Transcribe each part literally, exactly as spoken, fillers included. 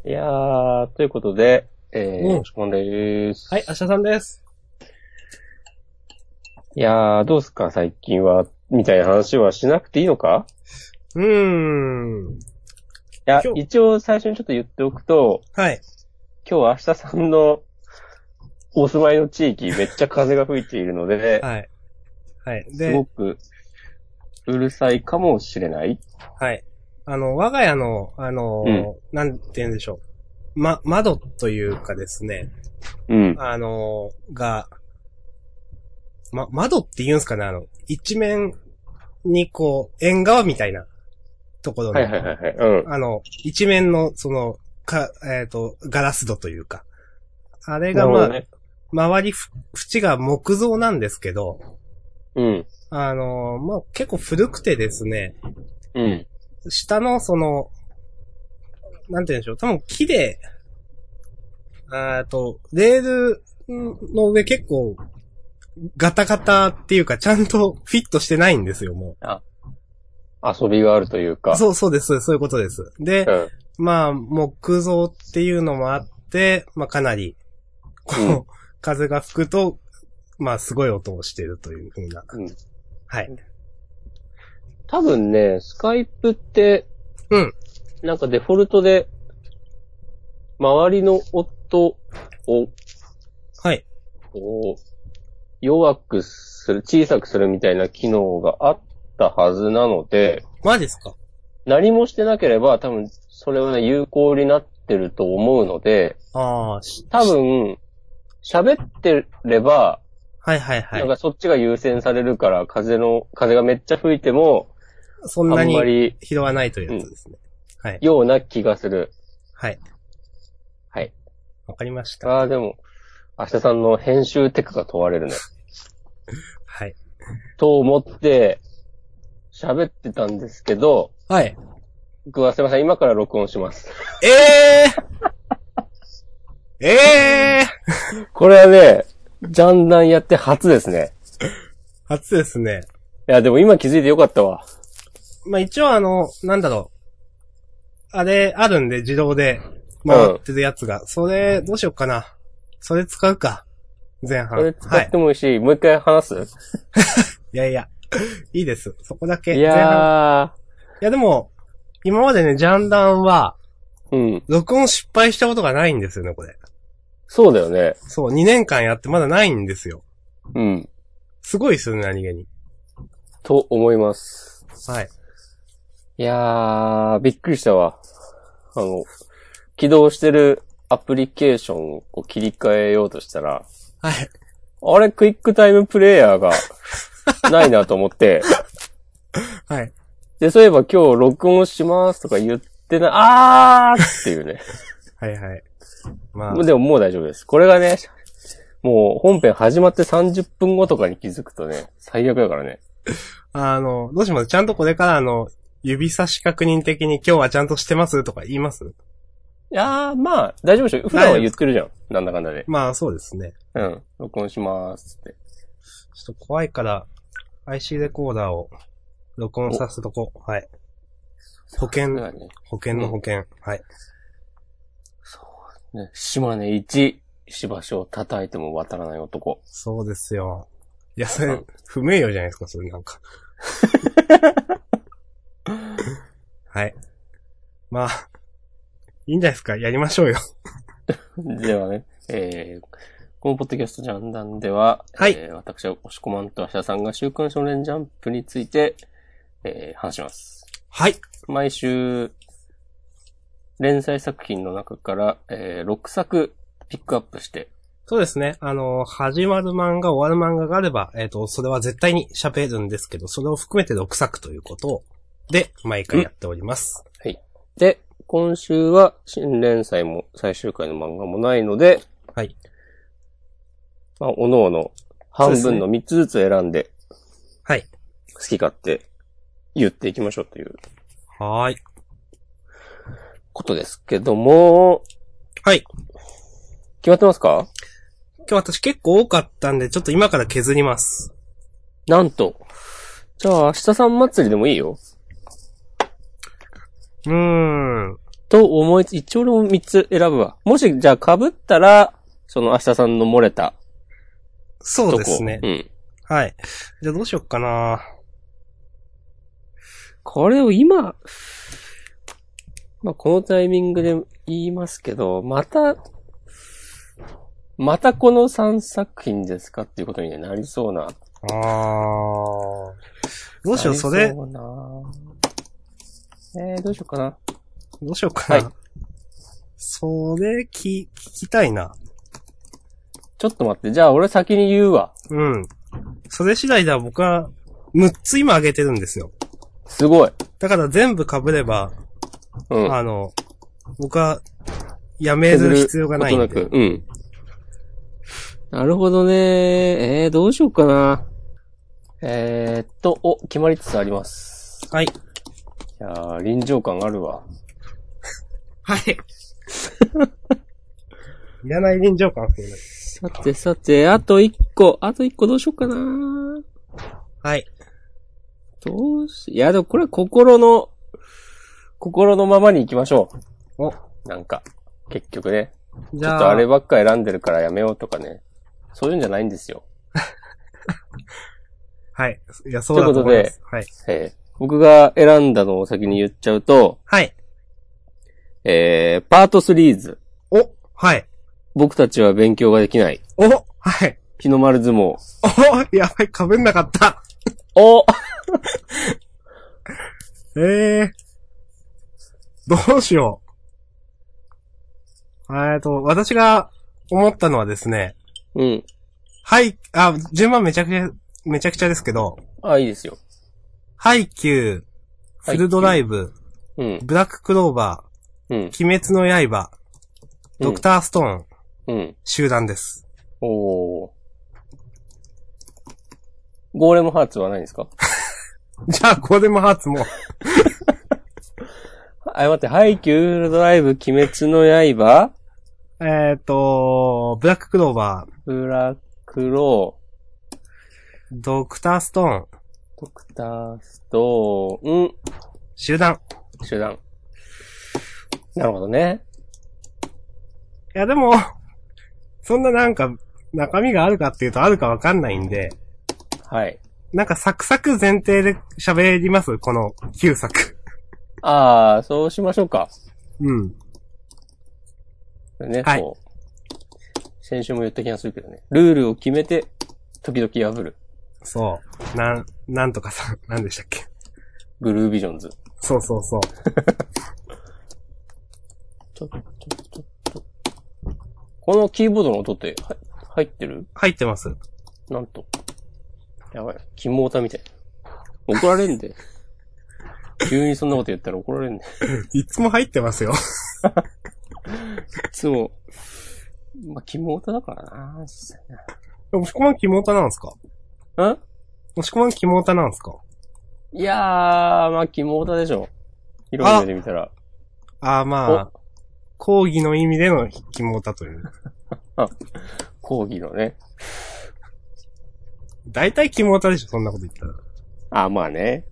いやー、ということで、えー、 うんおしこまんでーす。 はい、明日さんです。 いやー、どうすか、最近は、みたいな話はしなくていいのか？ うーん。 いや、 今日、 一応最初にちょっと言っておくと、 はい。 今日は明日さんのお住まいの地域、めっちゃ風が吹いているので、 はい。はい。 すごで、 くうるさいかもしれない。 はい。あの、我が家の、あの、 うん。 なんて言うんでしょう。ま、窓というかですね、 うん。 あの、が、ま、窓って言うんすかね、あの、一面にこう、縁側みたいなところの、 はいはいはいはい。うん。 あの、一面の、その、か、えっ、と、ガラス戸というか、あれがまあ、 なるほどね。 周りふ、縁が木造なんですけど、 うん。 あの、まあ、結構古くてですね、 うん。 下のその、なんて言うんでしょう、多分木で、あーと、レールの上結構、ガタガタっていうか、ちゃんとフィットしてないんですよ、もあ、遊びがあるというう。 か。 そう、そうです、そういうことです。で、 うん。 まあ、木造っていうのもあって、まあ、かなり、こう、 うん。 風が吹くと、まあ、すごい音をしているというふうな。 うん。 はい。 多分ね、スカイプって、 うん。 なんかデフォルトで、周りの音を、 はい。 こう、弱くする、小さくするみたいな機能があったはずなので、 マジですか？ 何もしてなければ多分、それはね、有効になってると思うので、 ああ、し、 多分、喋ってれば、 はいはいはい。 なんかそっちが優先されるから、風の、風がめっちゃ吹いても、あんまそんなにり、 拾わないといううん、 やつですね。はい。 ような気がする。 はい。 はい。 わかりました。 ああ、でも、明日さんの編集テクが問われるね。 はい。 と思って、喋ってたんですけど、 はい。 僕はすいません、今から録音します。 ええー、ええー、 これはね、ジャンダンやって初ですね。 初ですね。 いや、でも今気づいてよかったわ。 まあ、一応あの、なんだろう。あれ、あるんで、自動で回ってるやつが。それ、どうしようかな。それ使うか。前半。 それ使はい。 ってもいいし、もう一回話す？ いやいや。いいです。そこだけ。 い前半。 やいやでも、今までね、ジャンダンは、 ー、うん。 録音失敗したことがないんですよね、これ。 そうだよね。 そう、にねんかんやってまだないんですよ。 うん。 すごいですよね、何気に。 と思います。 はい。 いやー、びっくりしたわ。あの、起動してるアプリケーションを切り替えようとしたら、 はい。 あれ、クイックタイムプレイヤーがないなと思って、 はい。 で、そういえば今日録音しますとか言ってな、あーっていうね。 はいはい。まあ。 でももう大丈夫です。これがね、もう本編始まってさんじゅっぷんごとかに気づくとね、最悪だからね。 あの、どうします？ちゃんとこれからあの、指差し確認的に今日はちゃんとしてますとか言います？ いやー、まあ、大丈夫でしょ。普段は言ってるじゃん。なんだかんだで。 まあそうですね。 うん。録音しまーすって。 ちょっと怖いから、アイシー レコーダーを録音させとこう。はい。保険、 ね、 保険の保険。はい。 そうね。島根一、しばしを叩いても渡らない男。 そうですよ。いや、それうん、 不名誉じゃないですか、それなんか。はい。まあ、いいんじゃないですか、やりましょうよ。 ではね、えー、このポッドキャストジャンダンでは、 はい。 えー、私は押し込まんと明日さんが週刊少年ジャンプについて、えー、話します。 はい。 毎週、連載作品の中から、えー、ろくさくピックアップして、 そうですね。あの、始まる漫画、終わる漫画があれば、えっと、それは絶対に喋るんですけど、それを含めてろくさくということを、で、毎回やっております。 はい。で、今週は新連載も最終回の漫画もないので、 はい。 まあ、おのおの半分のみっつずつ選んで、 はい。 好き勝手言っていきましょうというはーい。 ことですけども、 はい。 決まってますか？ 今日私結構多かったんで、ちょっと今から削ります。 なんと。じゃあ、明日さん祭りでもいいよ。 うーん。 と思いつ、一応俺もみっつ選ぶわ。もし、じゃあ被ったら、その明日さんの漏れた。 そうですね。 うん。 はい。じゃあどうしよっかな。 これを今、まあ、このタイミングで言いますけど、また、またこのさんさく品ですかっていうことになりそうな。 あー。どうしよう、それ。 そうなえー、どうしようかな。 どうしようかな。 はい。 それ、き、聞きたいな。 ちょっと待って、じゃあ俺先に言うわ。 うん。それ次第では僕は、むっつ今あげてるんですよ。 すごい。 だから全部被れば、 うん。 あの、僕は、やめる必要がないんで。 ことなく。うん。なるほどね。えー、どうしようかな。えーっと、お、決まりつつあります。 はい。いやー、臨場感あるわ。 はい。いらない臨場感ですさてさて、あと一個、あと一個どうしようかな。 はい。 どうし、いや、でもこれは心の、心のままに行きましょう。 お。 なんか、結局ね。 じゃあ。 ちょっとあればっか選んでるからやめようとかね。そういうんじゃないんですよ。 はい。いや、そうだと思います。 ということで、 はい。 えー、僕が選んだのを先に言っちゃうと、 はい。 えー、パートスリーズ。 お、はい。 僕たちは勉強ができない。 お、はい。 日の丸相撲。おやばい、被んなかった。 おええー。どうしよう。えっと、私が思ったのはですね。 うん。 はい、あ、順番めちゃくちゃ、めちゃくちゃですけど。 あ、いいですよ。 ハイキュー、フルドライブ、 うん。 ブラッククローバー、うん。 鬼滅の刃、ドクターストーン、 うん。 集団です。 おー。ゴーレムハーツはないんですか？ じゃあ、ゴーレムハーツも。 あ、待って、ハイキュー、フルドライブ、鬼滅の刃？ えっと、ブラッククローバー。 ブラックロー。 ドクターストーン。 ドクターストーン。 集団。 集団。なるほどね。 いや、でも、そんななんか、中身があるかっていうとあるかわかんないんで。 はい。 なんかサクサク前提で喋りますこのきゅうさく。 ああ、そうしましょうか。 うん。 ね、 はい。 こう。先週も言った気がするけどね。ルールを決めて、時々破る。 そう。なん、なんとかさ、なんでしたっけ。 ブルービジョンズ。 そうそうそう。 ちょっと、ちょっと、ちょっと。このキーボードの音って、は、入ってる？ 入ってます。 なんと。やばい。キモータみたい。怒られんで。急にそんなこと言ったら怒られんで。 いつも入ってますよ。 いつも、まあ、キモータだからな、実際な。 押し込まんキモータなんですか？ん押し込まんキモータなんですか？ いやー、まあ、キモータでしょ。広い目で見たら。 ああ、まあ、講義の意味でのキモータという。 講義のね。 大体キモータでしょ、そんなこと言ったら。 あ、まあね。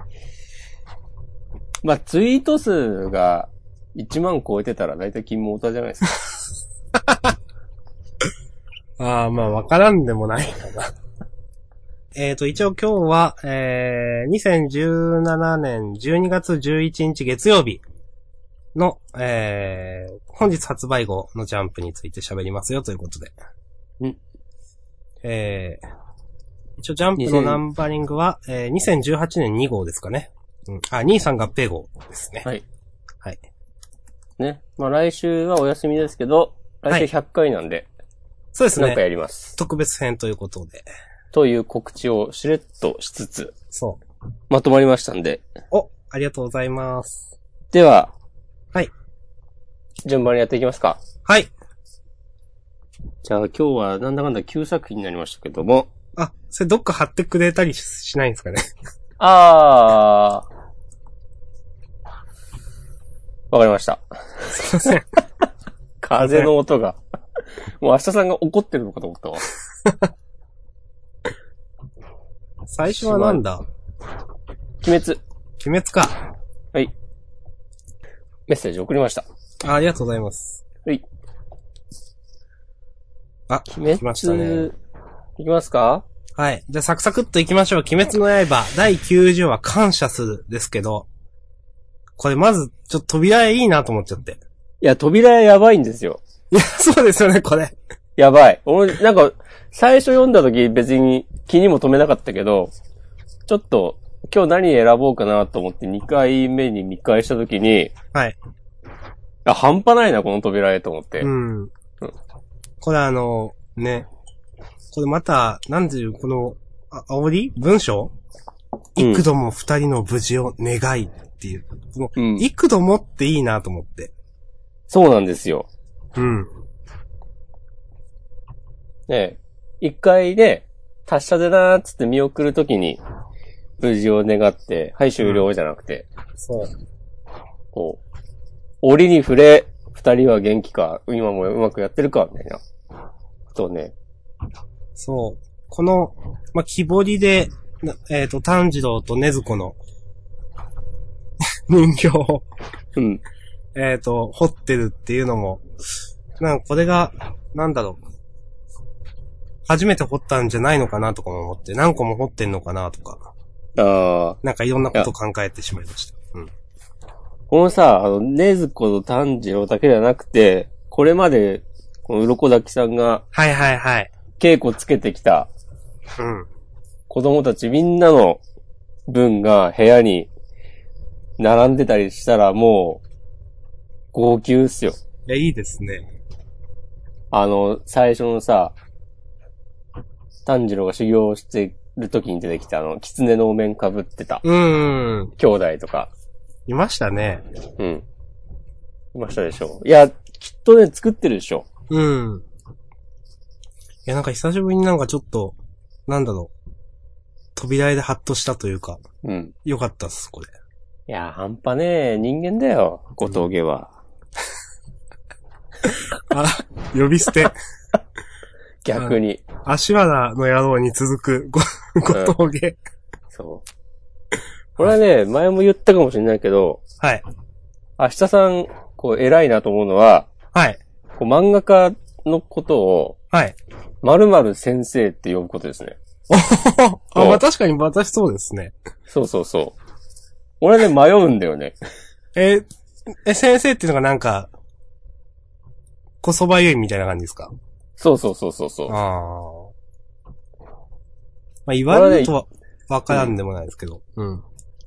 まあ、ツイート数がいちまん超えてたら大体キモータじゃないですか。 ああ、まあ、わからんでもないかな。えっと、一応今日は、えー、にせんじゅうななねんじゅうにがつじゅういちにち月曜日の、えー、本日発売後のジャンプについて喋りますよということで。 んえー、一応ジャンプのナンバリングは、えー、にせんじゅうはちねんにごうですかね。うん。あ、にじゅうさん合併号ですね。 はい。 はい。 ね。まあ来週はお休みですけど、来週ひゃっかいなんで、はい、 そうですね。 なんかやります。 特別編ということで。 という告知をしれっとしつつ、 そう。 まとまりましたんで。 お、ありがとうございます。 では、 はい。 順番にやっていきますか。 はい。 じゃあ今日はなんだかんだきゅうさく品になりましたけども。 あ、それどっか貼ってくれたり し, しないんですかね。 あー。わかりました。 すいません。 風の音が。もう明日さんが怒ってるのかと思ったわ。 最初はなんだ？ 鬼滅。 鬼滅か。 はい。 メッセージ送りました。 あ、ありがとうございます。 はい。 あ、 鬼滅、 来ましたね。 いきますか？ はい。じゃあサクサクっといきましょう。鬼滅の刃だいきゅうじゅうわ感謝するですけど、これまずちょっと扉絵いいなと思っちゃって。 いや、扉絵やばいんですよ。 いや、そうですよね、これ。 やばい。俺、なんか、最初読んだ時別に気にも留めなかったけど、ちょっと、今日何選ぼうかなと思ってにかいめに見返した時に、 はい。 あ、半端ないな、この扉絵と思って。 うん。うん、これあの、ね。これまた、なんていう、この、あ、煽り文章、うん、幾度も二人の無事を願いっていう。この、うん、幾度もっていいなと思って。 そうなんですよ。 うん。 ねえ、一回で、達者でなーっつって見送るときに、無事を願って、はい終了じゃなくて、 うん、そう。 こう、折に触れ、二人は元気か、今もうまくやってるか、みたいな。そうね。 そう。この、まあ、木彫りで、えっ、ー、と、炭治郎と禰豆子の人形をうん。 えっと、彫ってるっていうのも、なんかこれが、なんだろう。初めて彫ったんじゃないのかなとかも思って、何個も彫ってんのかなとか。 ああ。 なんかいろんなこと考えてしまいました。うん。 このさ、あの、禰豆子と炭治郎だけじゃなくて、これまで、この鱗滝さんが、 はいはいはい。 稽古つけてきた、 うん。 子供たちみんなの分が部屋に並んでたりしたらもう、号泣っすよ。 いや、いいですね。 あの、最初のさ、炭治郎が修行してる時に出てきたあの、狐のお面被ってた。 うーん。 兄弟とか。 いましたね。 うん。いましたでしょ。いや、きっとね、作ってるでしょ。 うん。いや、なんか久しぶりになんかちょっと、なんだろう。扉絵でハッとしたというか。 うん。 よかったっす、これ。 いや、半端ねえ人間だよ、小峠は。 うん、あ、呼び捨て。 逆に。 足原の野郎に続くご、小峠、うん。 そう。これはね、前も言ったかもしれないけど、 はい。 明日さん、こう、偉いなと思うのは、 はい。 こう漫画家のことを、 はい。 〇〇先生って呼ぶことですね。 あ、まあ確かに私そうですね。 そうそうそう。俺ね、迷うんだよね。 え、え、先生っていうのがなんか、こそばゆいみたいな感じですか？ そうそうそうそうそう。 ああ。まあ言われるとは、わからんでもないですけど。うん。うん、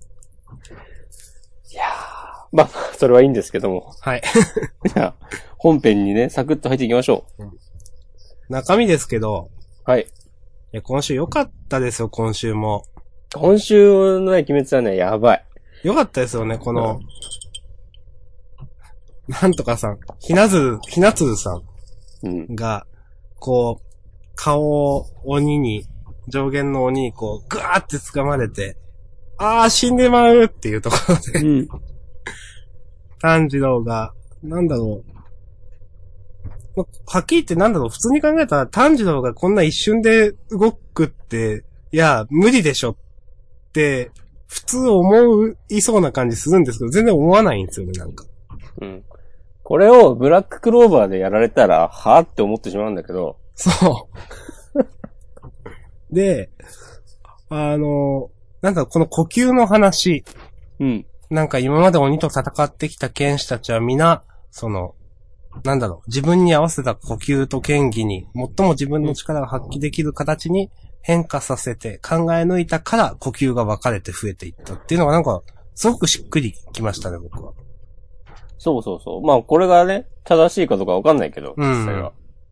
いやー、まあ、それはいいんですけども。 はい。 じゃあ、本編にね、サクッと入っていきましょう。うん、 中身ですけど。 はい。いや、今週良かったですよ、今週も。 今週のね、鬼滅はね、やばい。 良かったですよね、この、うん、なんとかさん、ひなずる、ひなつるさんが、うん、こう、顔を鬼に、上限の鬼にこう、ぐわーって掴まれて、あー死んでまうっていうところで、うん、炭治郎が、なんだろう、はっきり言ってなんだろう、普通に考えたら炭治郎がこんな一瞬で動くって、いや、無理でしょって、普通思いそうな感じするんですけど、全然思わないんですよね、なんか。 うん。これをブラッククローバーでやられたら、はぁって思ってしまうんだけど。 そう。で、あの、なんだろう、この呼吸の話。 うん。 なんか今まで鬼と戦ってきた剣士たちは皆、その、なんだろう、自分に合わせた呼吸と剣技に、最も自分の力が発揮できる形に変化させて考え抜いたから呼吸が分かれて増えていったっていうのがなんか、すごくしっくりきましたね、僕は。 そうそうそう。まあ、これがね、正しいかどうかわかんないけど、 うん、 実際は。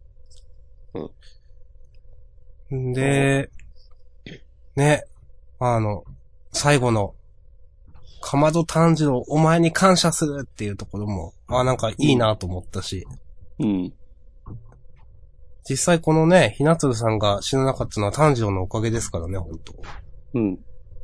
うん。で、ね、あの、最後の、かまど炭治郎、お前に感謝するっていうところも、あ、なんかいいなと思ったし。 うん。 実際このね、ひなつるさんが死ななかったのは炭治郎のおかげですからね、ほんと。 うん。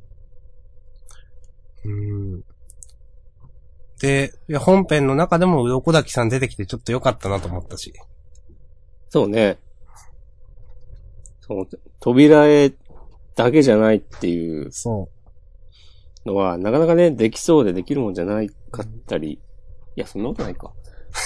うーん。で、いや本編の中でも鱗滝さん出てきてちょっと良かったなと思ったし。 そうね。その、扉絵だけじゃないっていう。 そう。 のは、なかなかね、できそうでできるもんじゃないかったり、 いや、そんなことないか。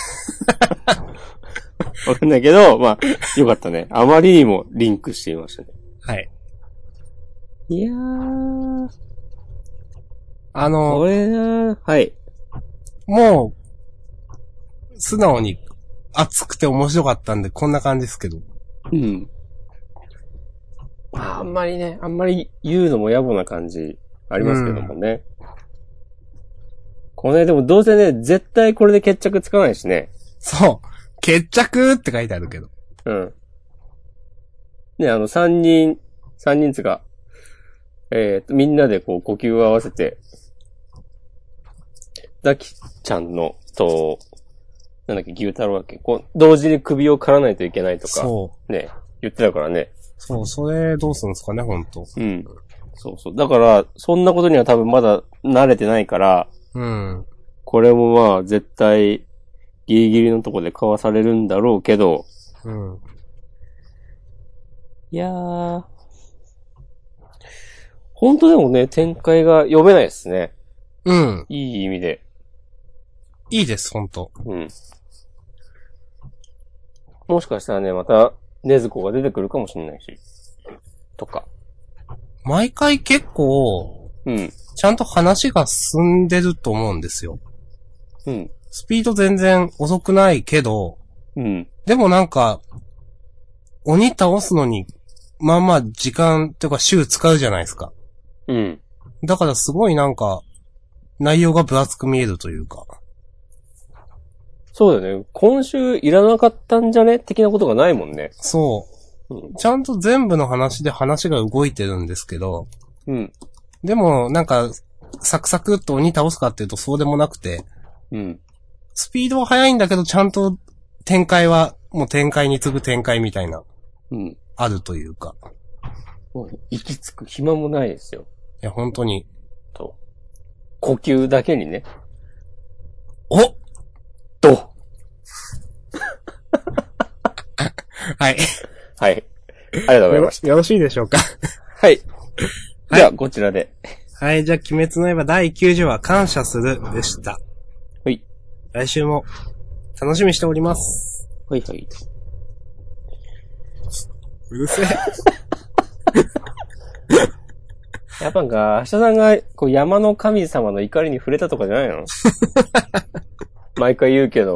わかんないけど、まあ、よかったね。あまりにもリンクしていましたね。 はい。 いやー。 あの、 これなはい。 もう、素直に熱くて面白かったんで、こんな感じですけど。 うん。まあ、あんまりね、あんまり言うのも野暮な感じありますけどもね。うん、これ、ね、でもどうせね、絶対これで決着つかないしね。 そう。決着って書いてあるけど。 うん。ね、あの、三人、三人つが、えっと、みんなでこう、呼吸を合わせて、ザキちゃんの、と、なんだっけ、牛太郎だっけ、こう、同時に首を刈らないといけないとか、そう。ね、言ってたからね。 そう、それどうするんですかね、ほんと。 うん。そうそう。だから、そんなことには多分まだ慣れてないから、 うん。 これもまあ、絶対、ギリギリのとこで交わされるんだろうけど、 うん。 いやー、本当でもね、展開が読めないですね。 うん。 いい意味で。 いいです、ほんと。 うん。もしかしたらね、また、禰豆子が出てくるかもしれないし。とか。 毎回結構、 うん。 ちゃんと話が進んでると思うんですよ。 うん。 スピード全然遅くないけど、 うん。 でもなんか、鬼倒すのに、まあまあ時間っていうか週使うじゃないですか。 うん。 だからすごいなんか、内容が分厚く見えるというか。 そうだよね。今週いらなかったんじゃね的なことがないもんね。 そう、うん。ちゃんと全部の話で話が動いてるんですけど。 うん。 でも、なんか、サクサクっと鬼倒すかっていうとそうでもなくて。 うん。 スピードは速いんだけど、ちゃんと展開は、もう展開に次ぐ展開みたいな。 うん。 あるというか。 もう、行き着く暇もないですよ。 いや、本当に。 と。呼吸だけにね。 おとはい。 はい。ありがとうございました。 よ, よろしいでしょうか。 はい。では、こちらで。 はい、じゃあ、鬼滅の刃だいきゅうじゅうわ、感謝するでした。 はい。 来週も、楽しみにしております。 はいはい。 うるせえ。 やっぱなんか、明日さんが、こう、山の神様の怒りに触れたとかじゃないの毎回言うけど。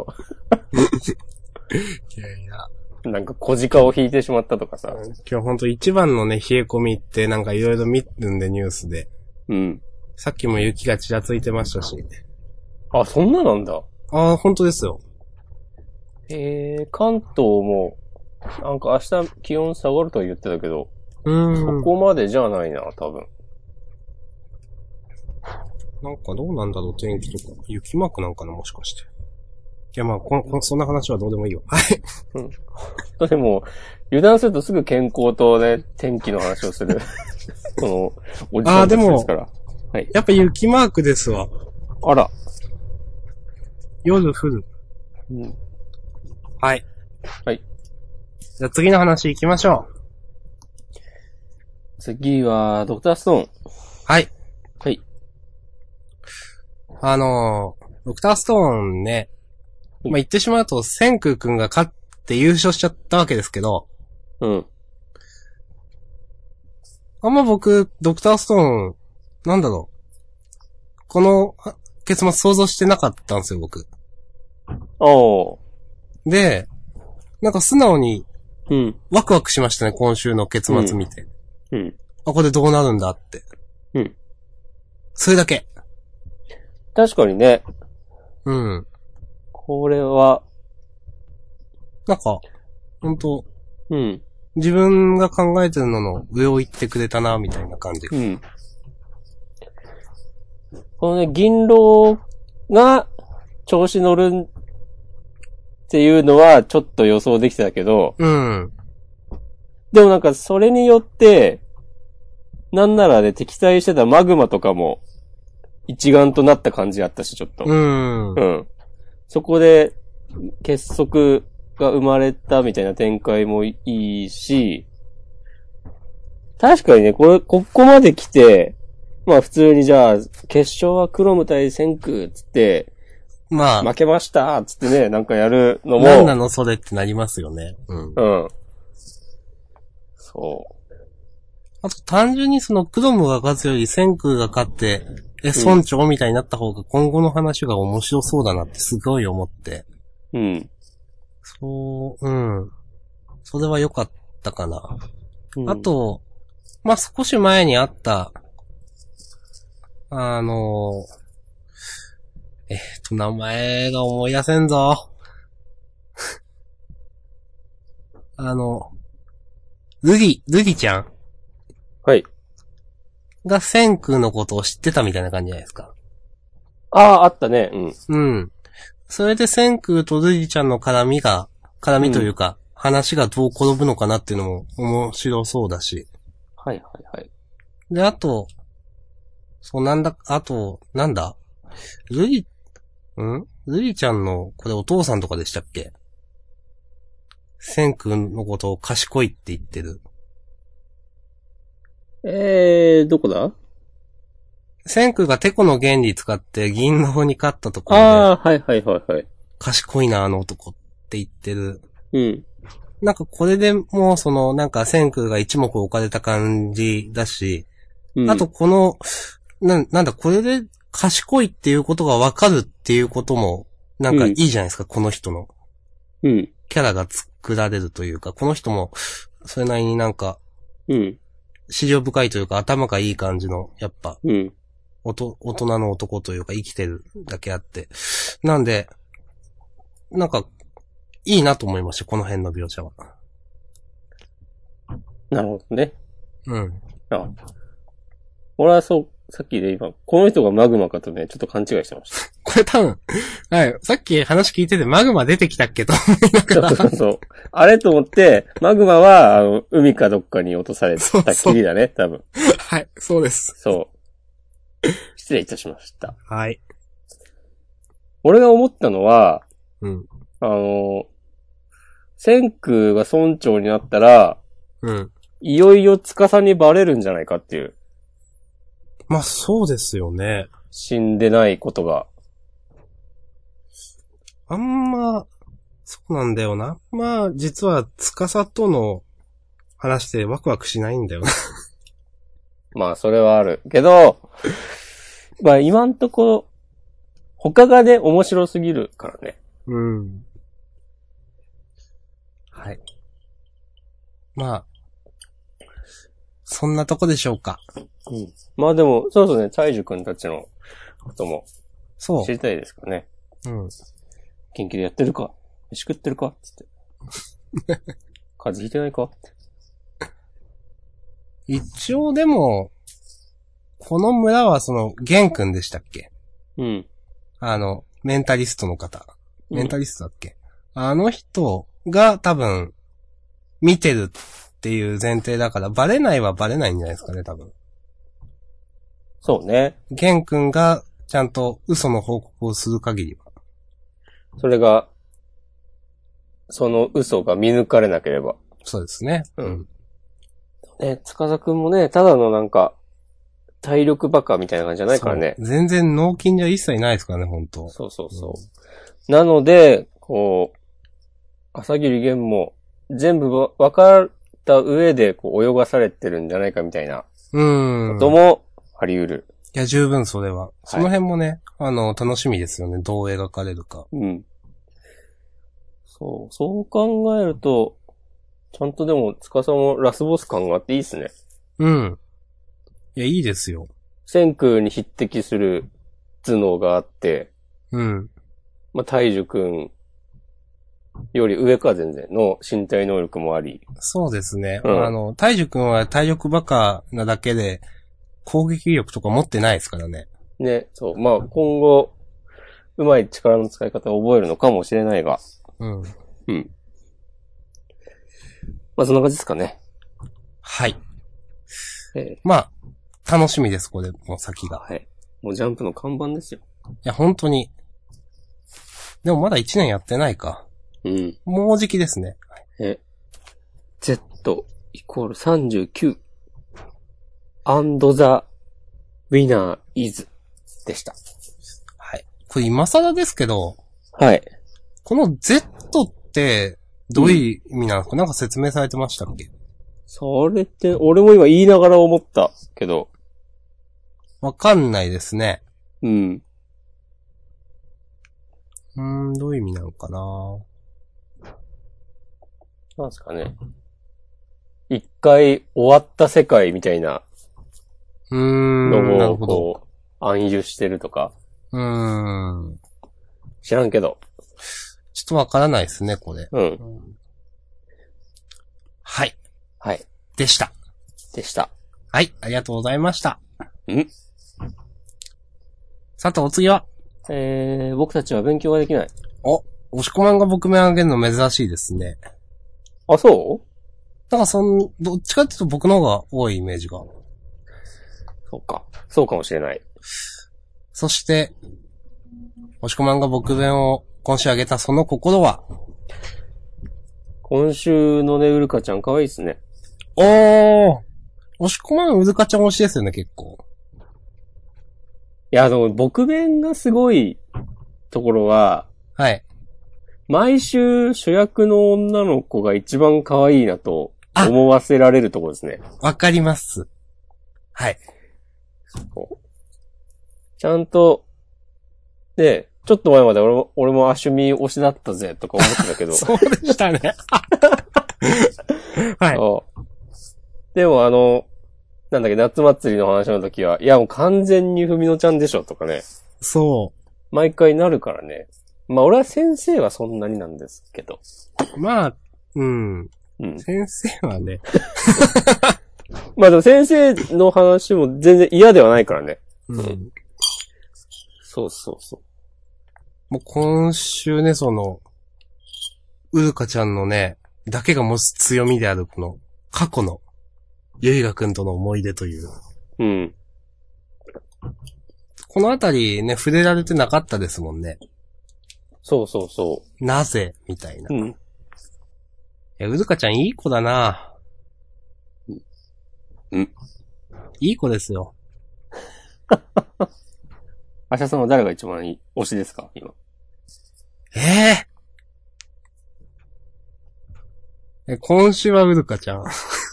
いやいや。 なんか小鹿を引いてしまったとかさ。 今日ほんと一番のね、冷え込みってなんかいろいろ見るんでニュースで。 うん。 さっきも雪がちらついてましたし。 あ、そんななんだ。 ああ、ほんとですよ。 えー、関東も、なんか明日気温下がるとは言ってたけど、 うーん。 そこまでじゃないな、多分。 なんかどうなんだろう、天気とか。雪マークなんかな、もしかして。いや、まあここ、そんな話はどうでもいいよ。はい。 うん。でも、油断するとすぐ健康とね、天気の話をする。この、おじさんたちですから。はい。 やっぱ雪マークですわ。 あら。 夜降る。 うん。 はい。 はい。 じゃあ次の話行きましょう。 次は、ドクターストーン。 はい。 はい。 あのー、ドクターストーンね、まあ、言ってしまうと、千空くんが勝って優勝しちゃったわけですけど、 うん。 あんま僕、ドクターストーン、なんだろう。この結末想像してなかったんですよ、僕。 おー。 で、なんか素直に、 うん。 ワクワクしましたね、今週の結末見て。 うん。うん、 あ、これどうなるんだって。 うん。 それだけ。 確かにね。 うん。 これは、 なんか、ほんと、 うん。 自分が考えてるのの上を行ってくれたな、みたいな感じ。 うん。このね、銀狼が調子乗るっていうのはちょっと予想できてたけど、 うん。 でもなんかそれによって、なんならね、敵対してたマグマとかも一丸となった感じあったし、ちょっと。 うん。 うん。そこで結束が生まれたみたいな展開もいいし、確かにね、これ、ここまで来て、まあ普通にじゃあ、決勝はクロム対千空つって、 まあ。 負けましたつってね、なんかやるのも。 何なのそれってなりますよね。うん。 うん。そう。 あと単純にそのクロムが勝つより先空が勝って、え、村長みたいになった方が今後の話が面白そうだなってすごい思って。 うん。 そう、うん。それは良かったかな。 うん、 あと、まあ、少し前にあった、あの、えっと、名前が思い出せんぞ。あの、ルリ、ルリちゃんはい。 が千空のことを知ってたみたいな感じじゃないですか。 ああ、あったね。うん。 うん。それで千空とルリちゃんの絡みが、絡みというか、うん、話がどう転ぶのかなっていうのも面白そうだし。 はいはいはい。 で、あと、そうなんだ、あと、なんだルリ、んルリちゃんの、これお父さんとかでしたっけ？千空のことを賢いって言ってる。 えー、どこだ？ 千空がテコの原理使って銀狼に勝ったところで。 ああ、はいはいはいはい。 賢いな、あの男って言ってる。 うん。 なんかこれでもうその、なんか千空が一目置かれた感じだし、うん、あとこの、な、なんだ、これで賢いっていうことがわかるっていうことも、なんかいいじゃないですか、うん、この人の。 うん。 キャラが作られるというか、この人も、それなりになんか、 うん。 思慮深いというか、頭がいい感じの、やっぱ、 うん。 おと、大人の男というか、生きてるだけあって。なんで、なんか、いいなと思いました、この辺の描写は。 なるほどね。 うん。 あ、俺はそう、さっきで今、この人がマグマかとね、ちょっと勘違いしてました。 これ多分、はい、さっき話聞いててマグマ出てきたっけと思いながら。 そうそうそう。あれと思って、マグマは、あの、海かどっかに落とされたきりだね、多分。 はい、そうです。 そう。失礼いたしました。 はい。 俺が思ったのは、 うん。 あの、千空が村長になったら、 うん。 いよいよ司にバレるんじゃないかっていう。 まあ、そうですよね。 死んでないことが。 あんま、そうなんだよな。まあ、実は、司との話でワクワクしないんだよな。 まあ、それはある。けど、まあ、今んとこ、他がね、面白すぎるからね。 うん。はい。まあ、そんなとこでしょうか。 うん。まあでも、そうそうね、チャイジュ君たちのことも、 そう。 知りたいですかね。 うん。 元気でやってるか飯食ってるかつって。風邪ひいてないかって。 一応でも、この村はその、ゲン君でしたっけ？ うん。 あの、メンタリストの方。メンタリストだっけ？うん、あの人が多分、見てるっていう前提だから、バレないはバレないんじゃないですかね、多分。 そうね。 ゲン君がちゃんと嘘の報告をする限りは。 それが、その嘘が見抜かれなければ。 そうですね。 うん。ね、塚くんもね、ただのなんか、体力バカみたいな感じじゃないからね。 全然脳筋じゃ一切ないですからね、本当。 そうそうそう。うん、なので、こう、朝霧源も全部分かった上でこう泳がされてるんじゃないかみたいなこともあり得る。 いや、十分それは。その辺もね、はい、あの、楽しみですよね。どう描かれるか。 うん。そう、そう考えると、ちゃんとでも、司もラスボス感があっていいですね。 うん。いや、いいですよ。 千空に匹敵する頭脳があって、 うん。 まあ、大樹くんより上か全然の身体能力もあり。 そうですね。うん、あの、大樹くんは体力バカなだけで、攻撃力とか持ってないですからね。 ね、そう。まあ、今後、うまい力の使い方を覚えるのかもしれないが。 うん。 うん。まあ、そんな感じですかね。 はい。 ええ、 まあ、楽しみです、これ、もう先が。 はい。もうジャンプの看板ですよ。 いや、本当に。でもまだいちねんやってないか。 うん。 もうじきですね。 え、Z イコールさんじゅうきゅう and the winner is でした。 はい。ここれ今更ですけど、 はい。 この Z って、どういう意味なんですか、うん、なんか説明されてましたっけ？ それって、俺も今言いながら思ったけど。 わかんないですね。 うん。 うーん、どういう意味なのかな。 なんすかね。一回終わった世界みたいな。 うーん。 のをこう、暗喩してるとか。 うーん。 知らんけど。 ちょっとわからないですね、これ。 うん。うん、 はい。 はい。 でした。 でした。 はい、ありがとうございました。 ん？ さて、お次はえー、僕たちは勉強ができない。 お、押し込まんが僕名あげるの珍しいですね。 あ、そう？ なんかそん、どっちかっていうと僕の方が多いイメージが。 そうか。そうかもしれない。 そして、押し込まんが僕弁を今週あげたその心は？ 今週のね、うるかちゃん可愛いっすね。 おー。押し込まんうるかちゃん推しですよね、結構。 いや、でも僕弁がすごいところは、 はい。 毎週主役の女の子が一番可愛いなと思わせられるところですね。 わかります。はい。 ちゃんと、で、ちょっと前まで俺も、俺もアシュミ推しだったぜとか思ってたけど。 そうでしたね。はい。 でもあの、なんだっけ、夏祭りの話の時は、いやもう完全にふみのちゃんでしょとかね。 そう。 毎回なるからね。まあ俺は先生はそんなになんですけど。 まあ、うん。 うん。 先生はね。 まあでも先生の話も全然嫌ではないからね。 うん。 そうそうそう。 もう今週ね、その、うるかちゃんのね、だけが持つ強みであるこの、過去の、ゆいがくんとの思い出という。 うん。 このあたりね、触れられてなかったですもんね。 そうそうそう。 なぜみたいな。 うん。 いや、うるかちゃんいい子だな。 うん。 いい子ですよ。 アシャさんは誰が一番いい推しですか今。 ええー、え、今週はうるかちゃん。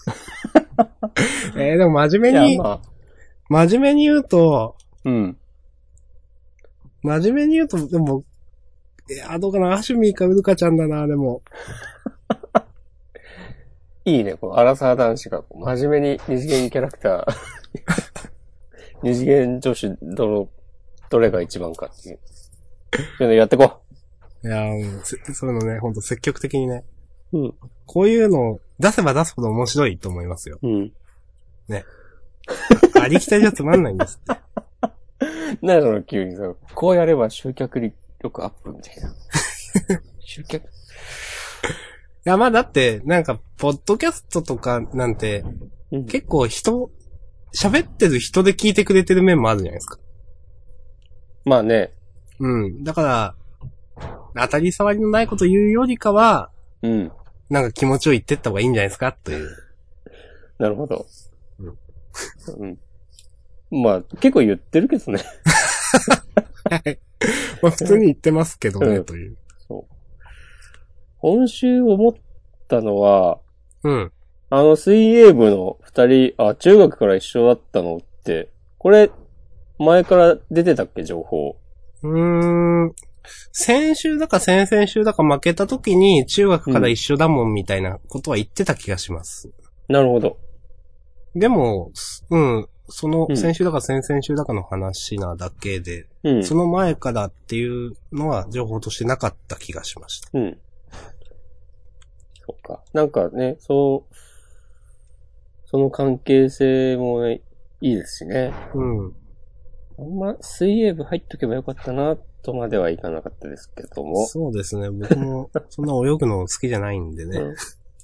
えー、でも真面目に、まあ、真面目に言うと、 うん。 真面目に言うと、でも、いや、どうかな、アシュミーかうるかちゃんだな、でも。 いいね、このアラサー男子が真面目に二次元キャラクター、二次元女子、どの、どれが一番かっていう。そういうのやってこう。いや、そういうのね、ほんと積極的にね。 うん。 こういうのを出せば出すほど面白いと思いますよ。 うん。ね。 ありきたりじゃつまんないんですって。 なんだその急にさ、こうやれば集客力アップみたいな。集客いや、まあだって、なんか、ポッドキャストとかなんて、うん、結構人、喋ってる人で聞いてくれてる面もあるじゃないですか。 まあね。 うん。だから、当たり障りのないこと言うよりかは、 うん。 なんか気持ちを言ってった方がいいんじゃないですかという。 なるほど。うん。うん、まあ、結構言ってるけどね。 はい。まあ普通に言ってますけどね、うん、という。 そう。今週思ったのは、 うん。 あの水泳部の二人、あ、中学から一緒だったのって、これ、前から出てたっけ、情報。 うーん。先週だか先々週だか負けた時に中学から一緒だもんみたいなことは言ってた気がします。 うん、なるほど。 でも、うん、その先週だか先々週だかの話なだけで、うん、その前からっていうのは情報としてなかった気がしました。 うん。そっか。なんかね、そう、その関係性も、ね、いいですしね。 うん。 あんま水泳部入っとけばよかったな、とまではいかなかったですけども。 そうですね。僕もそんな泳ぐの好きじゃないんでね。うん、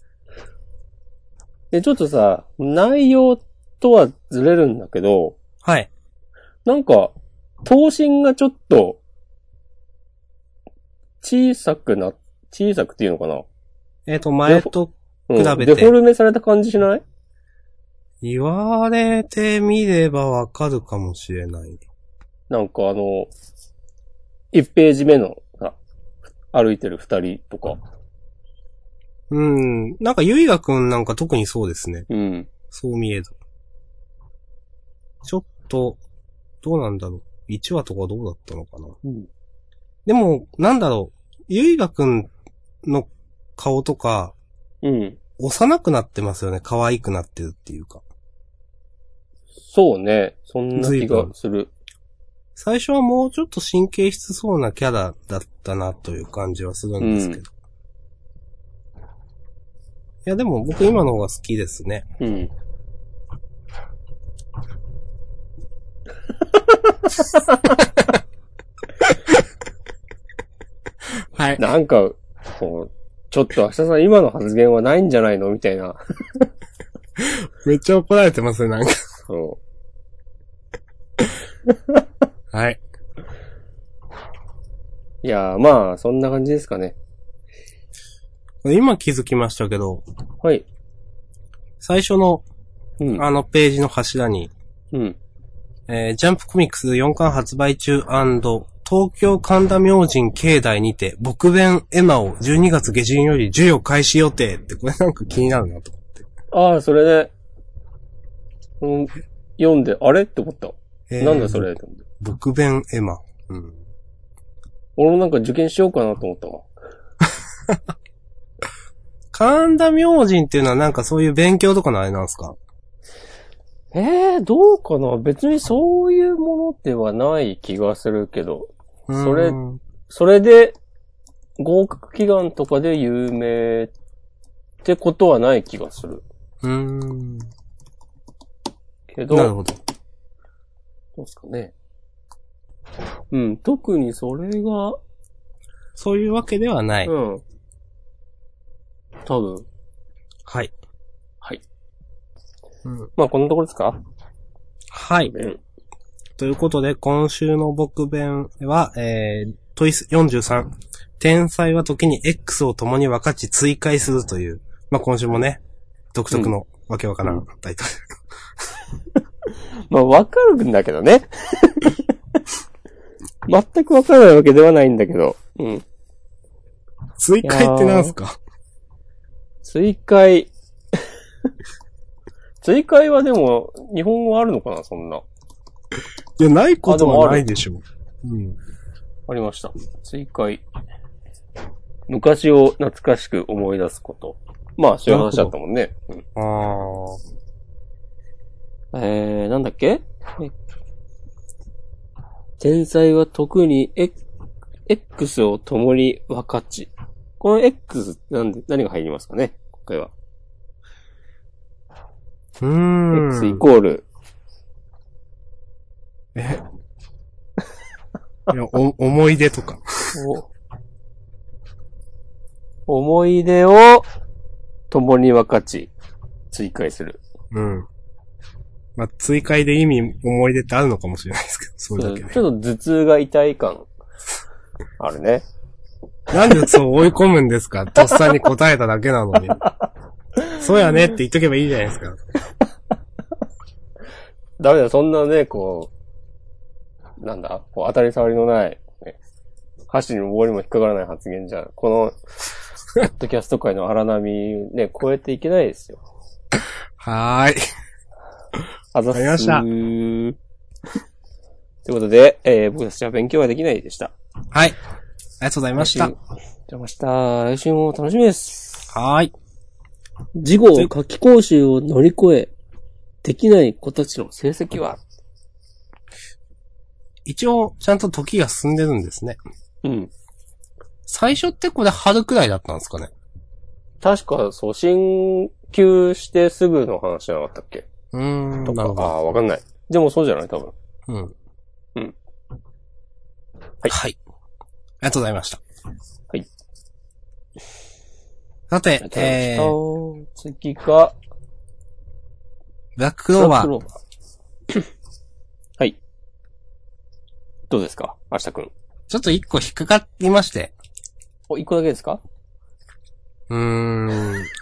で、ちょっとさ、内容とはずれるんだけど。 はい。 なんか、頭身がちょっと、小さくな、小さくっていうのかな？ えっと、前と比べて、うん。 デフォルメされた感じしない？ 言われてみればわかるかもしれない。 なんかあの、 いちページ目のさ、歩いてる二人とか。 うん。なんか、ゆいがくんなんか特にそうですね。 うん。 そう見える。ちょっと、どうなんだろう。いちわとかどうだったのかな。 うん、 でも、なんだろう。ゆいがくんの顔とか、 うん。 幼くなってますよね。可愛くなってるっていうか。 そうね。そんな気がする。 最初はもうちょっと神経質そうなキャラだったなという感じはするんですけど。うん、いやでも僕今の方が好きですね。 うん。はい。なんか、こう、ちょっと明日さん今の発言はないんじゃないのみたいな。 めっちゃ怒られてますね、なんか。 そう。 はい。 いやー、まあ、そんな感じですかね。 今気づきましたけど。 はい。 最初の、 うん、 あのページの柱に。 うん。 えー、ジャンプコミックスよんかん発売中&東京神田明神境内にて、僕弁エマをじゅうにがつ下旬より授与開始予定って、これなんか気になるなと思って。 ああ、それで、うん、読んで、あれって思った。えー、なんだそれって思って。 僕弁エマ。うん。 俺もなんか受験しようかなと思ったわ。 神田明神っていうのはなんかそういう勉強とかのあれなんですか？ えー、どうかな？別にそういうものではない気がするけど。それ、それで、合格祈願とかで有名ってことはない気がする。 うーん。 けど、 なるほど。 どうですかね。うん、特にそれが、 そういうわけではない。 うん。多分。 はい。 はい。 うん、 まあ、こんなところですか？ はい。うん、ということで、今週の僕弁は、えー、トイスよんじゅうさん。天才は時に X を共に分かち追回するという、まあ、今週もね、独特のわけわからんタイトル。 うん、まあ、わかるんだけどね。全くわからないわけではないんだけど。うん。 追回ってなんすか？ 追回。追回はでも、日本語あるのかなそんな。 いや、ないことはないでしょう。うん。 ありました。追回。昔を懐かしく思い出すこと。まあ、そういう話だったもんね。うん、 ああ。えー、なんだっけ？天才は特に X を共に分かち。この X なんで、何が入りますかね今回は。 うーん。 X イコール。 えいや、お、思い出とか。 お思い出を共に分かち、追回する。 うん。まあ、追回で意味、思い出ってあるのかもしれないですけど、それだけね。 ちょっと頭痛が痛い感、あるね。 なんでそう追い込むんですか？とっさに答えただけなのに。そうやねって言っとけばいいじゃないですか。 ダメだ、そんなね、こう、なんだ、こう当たり障りのない、ね、箸にも棒にも引っかからない発言じゃ、この、ポッドキャスト界の荒波ね、超えていけないですよ。 はーい。 あざっすー。 ありました。 ということで、えー、僕たちは勉強はできないでした。 はい。ありがとうございました。 ありがとうございました。来週も楽しみです。 はーい。 次号夏期講習を乗り越え、できない子たちの成績は？ 一応、ちゃんと時が進んでるんですね。 うん。 最初ってこれ春くらいだったんですかね？ 確か、そう、進級してすぐの話じゃなかったっけ？ うーん。 とか、ああ、わかんない。でもそうじゃない多分。 うん。 うん。 はい。はい。ありがとうございました。 はい。 さて、えー、次が、 ブラッククローバー。 ブラッククローバー。はい。どうですか明日くん。 ちょっと一個引っかかりまして。 お、一個だけですか？ うーん。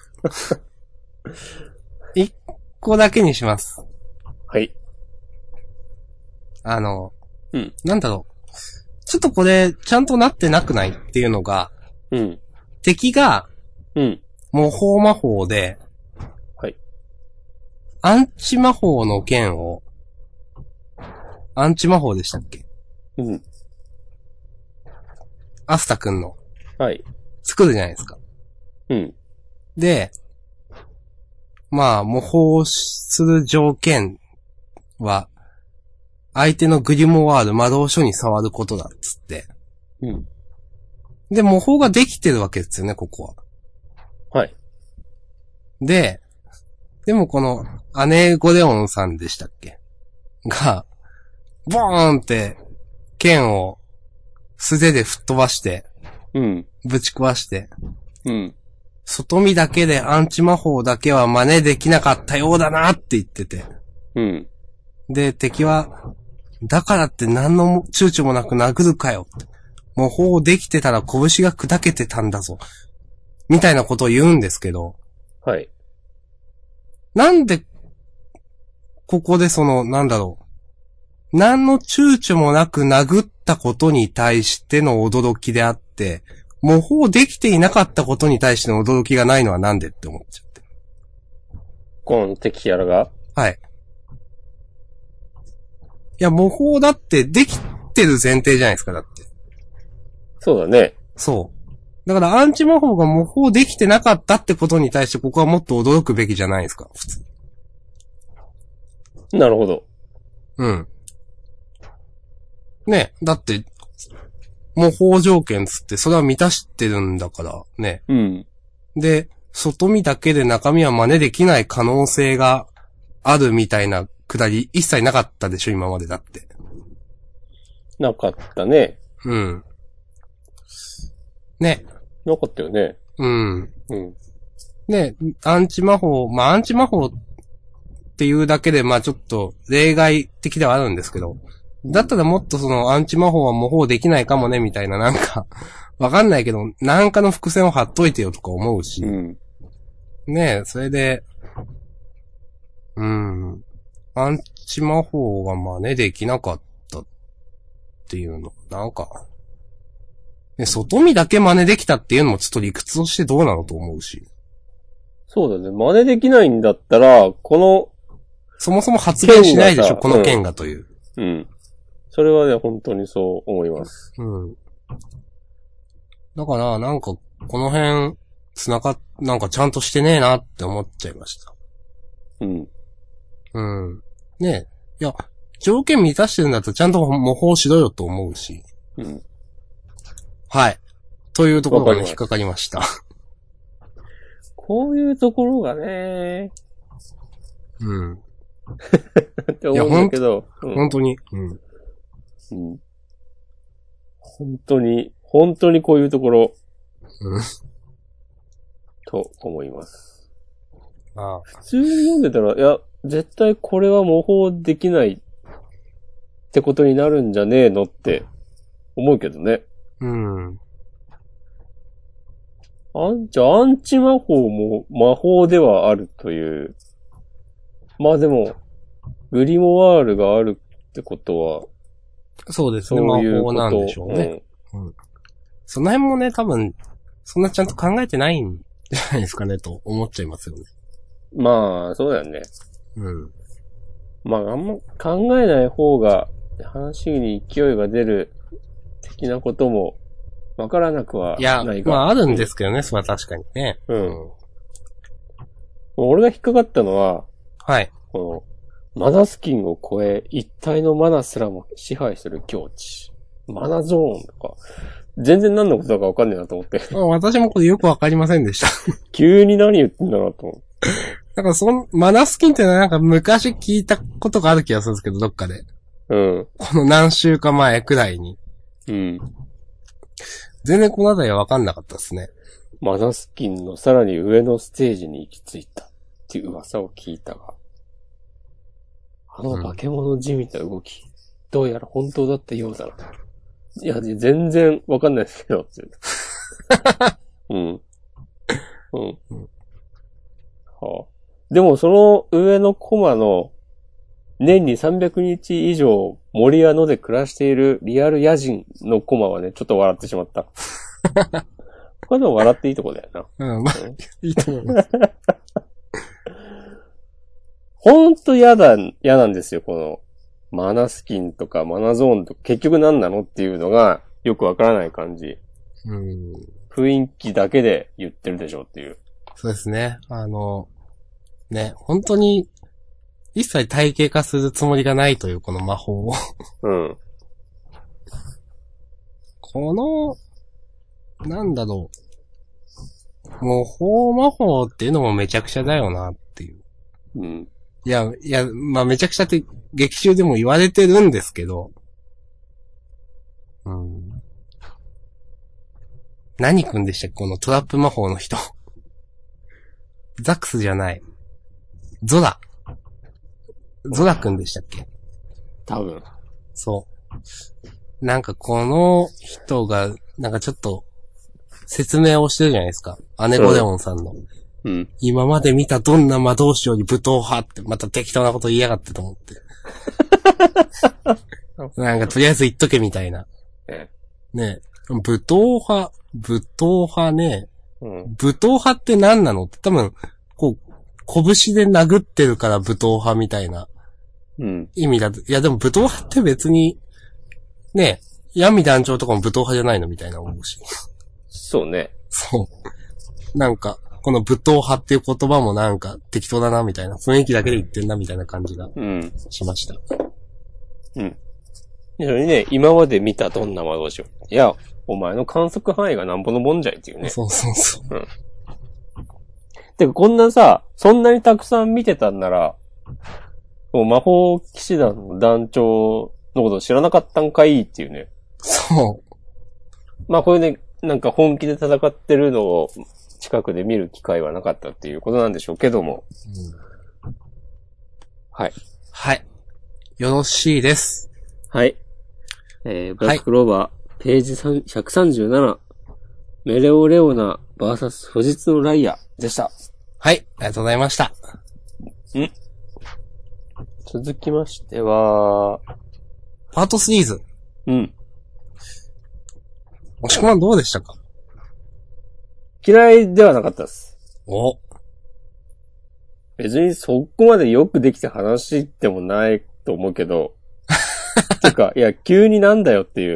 一個だけにします。 はい。 あの、 うん。 なんだろう。 ちょっとこれ、ちゃんとなってなくないっていうのが、 うん。 敵が、 うん。 模倣魔法で、 はい。 アンチ魔法の剣を、アンチ魔法でしたっけ？ うん。 アスタくんの。 はい。 作るじゃないですか。 うん。 で、まあ、模倣する条件は、相手のグリモワール魔導書に触ることだっつって。 うん。 で、模倣ができてるわけですよね、ここは。 はい。 で、でもこの、姉ゴレオンさんでしたっけが、ボーンって、剣を素手で吹っ飛ばして、 うん。 ぶち壊して、 うん。 外見だけでアンチ魔法だけは真似できなかったようだなって言ってて。 うん。 で、敵は、だからって何の躊躇もなく殴るかよ。模倣できてたら拳が砕けてたんだぞ。みたいなことを言うんですけど。 はい。 なんで、ここでその、なんだろう。何の躊躇もなく殴ったことに対しての驚きであって、模倣できていなかったことに対しての驚きがないのはなんでって思っちゃって。 この敵キャラがはい。いや、模倣だってできてる前提じゃないですか、だって。 そうだね。 そう。だからアンチ魔法が模倣できてなかったってことに対してここはもっと驚くべきじゃないですか、普通。 なるほど。 うん。ね、だって、模倣条件つってそれは満たしてるんだからね。 うん。 で、外見だけで中身は真似できない可能性があるみたいなくだり一切なかったでしょ、今までだって。 なかったね。 うん。ね。 なかったよね。 うん。 うん。 ね、アンチ魔法、まあアンチ魔法っていうだけでまあちょっと例外的ではあるんですけど、だったらもっとそのアンチ魔法は模倣できないかもねみたいななんか、わかんないけど、なんかの伏線を貼っといてよとか思うし。 うん。 ねえ、それで、うん。アンチ魔法が真似できなかったっていうの、なんか、ね、外見だけ真似できたっていうのもちょっと理屈としてどうなのと思うし。 そうだね。真似できないんだったら、この、 そもそも発言しないでしょ、この剣がという。 うん。うん。それはね、本当にそう思います。 うん。だから、なんか、この辺、繋がっ、なんかちゃんとしてねえなって思っちゃいました。 うん。 うん。ねえ。いや、条件満たしてるんだったらちゃんと模倣しろよと思うし。 うん。 はい。というところがね、引っかかりました。 こういうところがねうん。 って思うんだけど。 いや、ほん、うん、本当に。うん。 うん。本当に、本当にこういうところ。 うん。 と思います。 ああ。 普通に読んでたら、いや、絶対これは模倣できないってことになるんじゃねえのって思うけどね。 うん。 あん、じゃあアンチ魔法も魔法ではあるという。まあでも、グリモワールがあるってことは、 そうですね、 そういうこと魔法なんでしょうね。うん。うん、その辺もね、多分、そんなちゃんと考えてないんじゃないですかね、と思っちゃいますよね。 まあ、そうだよね。 うん。 まあ、あんま考えない方が、話に勢いが出る的なことも、わからなくはないが。 いや、まああるんですけどね、それは確かにね。 うん。うん、俺が引っかかったのは、 はい。 この、マナスキンを超え、一体のマナすらも支配する境地。マナゾーンとか、全然何のことだかわかんねえなと思って。 私もこれよくわかりませんでした。 急に何言ってんだなと思って。 だからその、マナスキンってのはなんか昔聞いたことがある気がするんですけど、どっかで。 うん。 この何週間前くらいに。 うん。 全然このあたりはわかんなかったですね。 マナスキンのさらに上のステージに行き着いたっていう噂を聞いたが、あの化け物じみた動き、うん、どうやら本当だったようだな。いや、全然わかんないですけど。うん。うん。うん。はあ。でもその上のコマの、 年にさんびゃくにち以上森や野で暮らしているリアル野人のコマはね、ちょっと笑ってしまった。これでも笑っていいとこだよな。 うん、まあ、いいと思います。 ほんと嫌だ、嫌なんですよ、この、マナスキンとかマナゾーンとか、結局何なのっていうのが、よくわからない感じ。 うん。 雰囲気だけで言ってるでしょっていう。 そうですね。あの、ね、本当に、一切体系化するつもりがないというこの魔法を。 うん。 この、なんだろう。模倣魔法っていうのもめちゃくちゃだよなっていう。 うん。 いや、いや、まあめちゃくちゃって劇中でも言われてるんですけど。うん。何くんでしたっけこのトラップ魔法の人。ザックスじゃない。ゾラ。ゾラくんでしたっけ多分。 そう。なんかこの人が、なんかちょっと、説明をしてるじゃないですか。姉子レオンさんの。 うん。 今まで見たどんな魔導士より武闘派ってまた適当なこと言いやがってと思って。なんかとりあえず言っとけみたいな。ねえ。武闘派、武闘派ね。うん、武闘派って何なのって多分、こう、拳で殴ってるから武闘派みたいな。うん。意味だと。いやでも武闘派って別に、ねえ、闇団長とかも武闘派じゃないのみたいな思うし。 そうね。 そう。なんか、この武闘派っていう言葉もなんか適当だなみたいな、雰囲気だけで言ってんなみたいな感じがしました。 うん。うん。非常にね、今まで見たどんな魔導士を。いや、お前の観測範囲がなんぼのもんじゃいっていうね。 そうそうそう。うん。 てかこんなさ、そんなにたくさん見てたんなら、もう魔法騎士団の団長のこと知らなかったんかいっていうね。 そう。 まあこれね、なんか本気で戦ってるのを近くで見る機会はなかったっていうことなんでしょうけども。うん、はい。 はい。よろしいです。 はい。えー、ブラッククローバー、はい、ページひゃくさんじゅうなな、メレオレオナ ブイエス 不実のライアでした。 はい、ありがとうございました。 ん続きましては、 パートスリーズ。 うん。 もしくはどうでしたか？ 嫌いではなかったです。 お。 別にそこまでよくできた話でもないと思うけど、てか、いや、急になんだよっていう。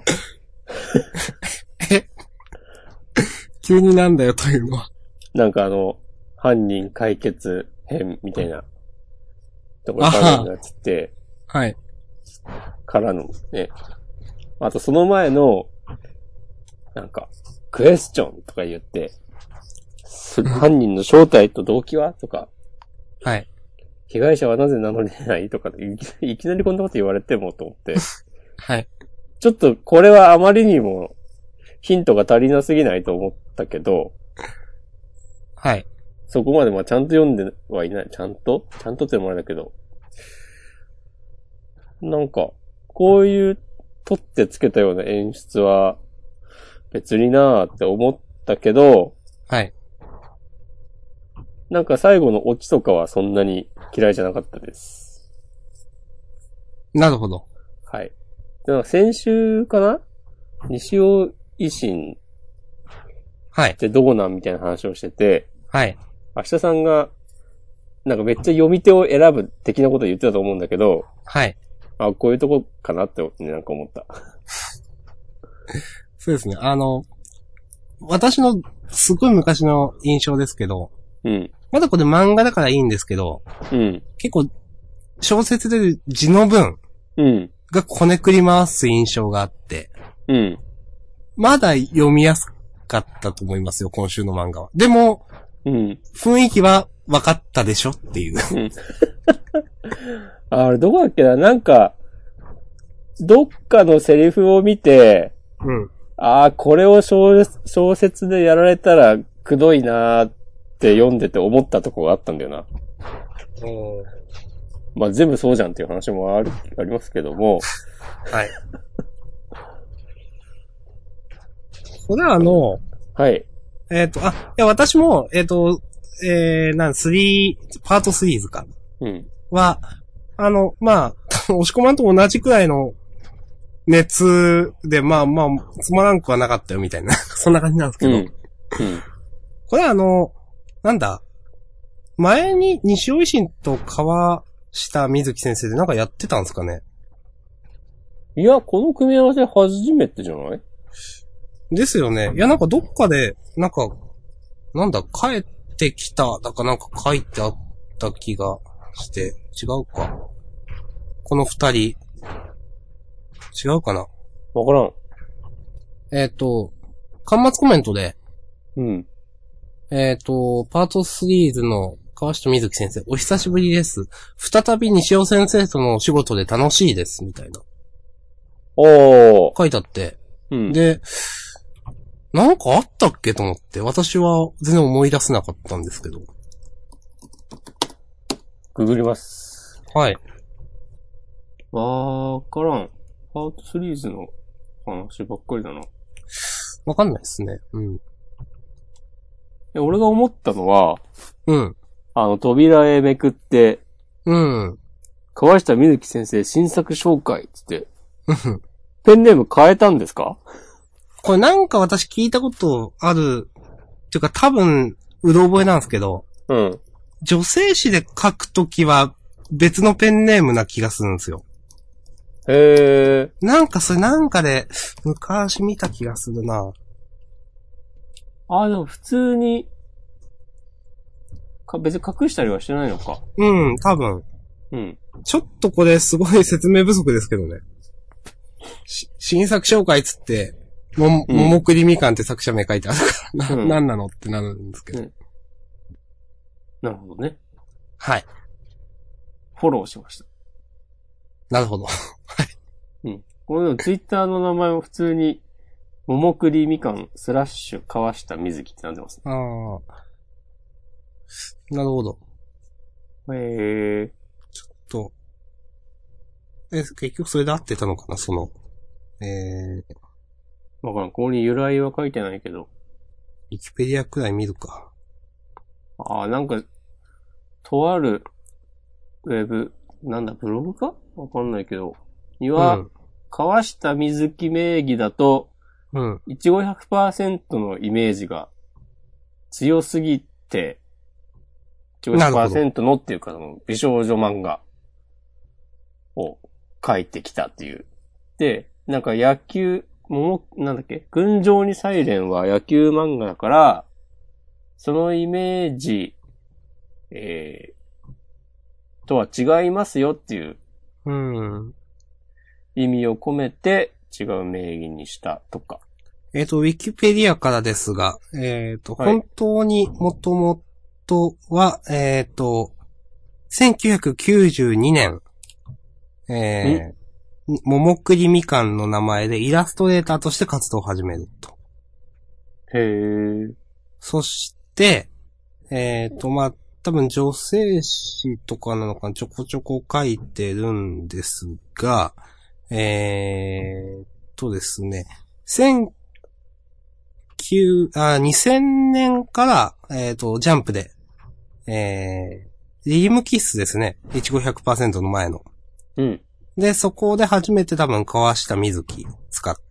え急になんだよというのは。 なんかあの、犯人解決編みたいなところからになってて、 はい。 からのね。あとその前の、なんか、クエスチョンとか言って、犯人の正体と動機はとか、 はい。 被害者はなぜ名乗れないとかいき、いきなりこんなこと言われてもと思って。 はい。 ちょっとこれはあまりにもヒントが足りなすぎないと思ったけど、 はい。 そこまでまあちゃんと読んではいない。ちゃんとちゃんとってもあれだけど。なんか、こういう取ってつけたような演出は別になーって思ったけど、 はい。 なんか最後のオチとかはそんなに嫌いじゃなかったです。 なるほど。 はい。で先週かな西尾維新ってどうなんみたいな話をしてて、 はい。 明日さんが、なんかめっちゃ読み手を選ぶ的なことを言ってたと思うんだけど、 はい。 あ、こういうとこかなってなんか思った。 そうですね。あの、私のすごい昔の印象ですけど、 うん。 まだこれ漫画だからいいんですけど、 うん。 結構、小説で字の文がこねくり回す印象があって、 うん。 まだ読みやすかったと思いますよ、今週の漫画は。でも、 うん。 雰囲気は分かったでしょっていう。うん、 あれ、どこだっけななんか、どっかのセリフを見て、 うん。 ああ、これを小、小説でやられたらくどいなーって読んでて思ったとこがあったんだよな。 うん。 まあ全部そうじゃんっていう話もある、ありますけども。 はい。これはあの、 はい。 えっ、ー、と、あ、いや、私も、えっ、ー、と、えー、なん、スリー、パートスリーズか。 うん。 は、 あの、まあ、押し込まんと同じくらいの熱で、まあまあ、つまらんくはなかったよみたいな、そんな感じなんですけど。うん。うん、これあの、なんだ、前に西尾維新と川下水木先生でなんかやってたんですかね？ いや、この組み合わせ初めてじゃない？ ですよね。いや、なんかどっかで、なんか、なんだ、帰ってきた、だかなんか書いてあった気がして、違うか。この二人、違うかな。 わからん。 えっと、端末コメントで、 うん。 えっと、パートスリーズの川下水木先生、お久しぶりです。再び西尾先生とのお仕事で楽しいです、みたいな。 おー。 書いてあって。 うん。 で、なんかあったっけと思って、私は全然思い出せなかったんですけど。 ググります。 はい。 わーからん。パートスリーズの話ばっかりだな。 わかんないですね。うん。 俺が思ったのは、 うん。 あの、扉へめくって、 うん。 川下水木先生新作紹介つって、ペンネーム変えたんですか？ これなんか私聞いたことある、っていうか多分、うろ覚えなんですけど、 うん。 女性誌で書くときは別のペンネームな気がするんですよ。 へー。 なんかそれなんかで昔見た気がするな。 あ、でも普通に、か別に隠したりはしてないのか。 うん、多分。 うん。 ちょっとこれすごい説明不足ですけどね。新作紹介つって、も、ももくりみかんって作者名書いてあるから、な、うん、なんなのってなるんですけど、うん。 なるほどね。 はい。 フォローしました。 なるほど。はい。 うん。このツイッターの名前も普通に、ももくりみかんスラッシュ川下水木ってなってますね。 ああ。なるほど。 へえ。 ちょっと。え、結局それで合ってたのかな、その。えー。 わからん。ここに由来は書いてないけど。 ウィキペディアくらい見るか。 ああ、なんか、とある、ウェブ、なんだ、ブログかわかんないけど。には、うん、川下水木名義だと、 うん。 いちご ひゃくパーセント のイメージが強すぎて、いちご ひゃくパーセント のっていうか、その美少女漫画を書いてきたっていう。で、なんか野球、もも、なんだっけ、群青にサイレンは野球漫画だから、そのイメージ、えー、とは違いますよっていう、 うん。 意味を込めて違う名義にしたとか。 えっと、ウィキペディアからですが、えっと、はい、本当にもともとは、えっと、せんきゅうひゃくきゅうじゅうにねん、えー、ももくりみかんの名前でイラストレーターとして活動を始めると。 へー。 そして、えっと、まあ、多分女性誌とかなのかな、ちょこちょこ書いてるんですが、えーっとですね、千九、あ、にせんねんから、えーっと、ジャンプで、えー、リームキッスですね。いちご ひゃくパーセント の前の。 うん。 で、そこで初めて多分川下水木使って、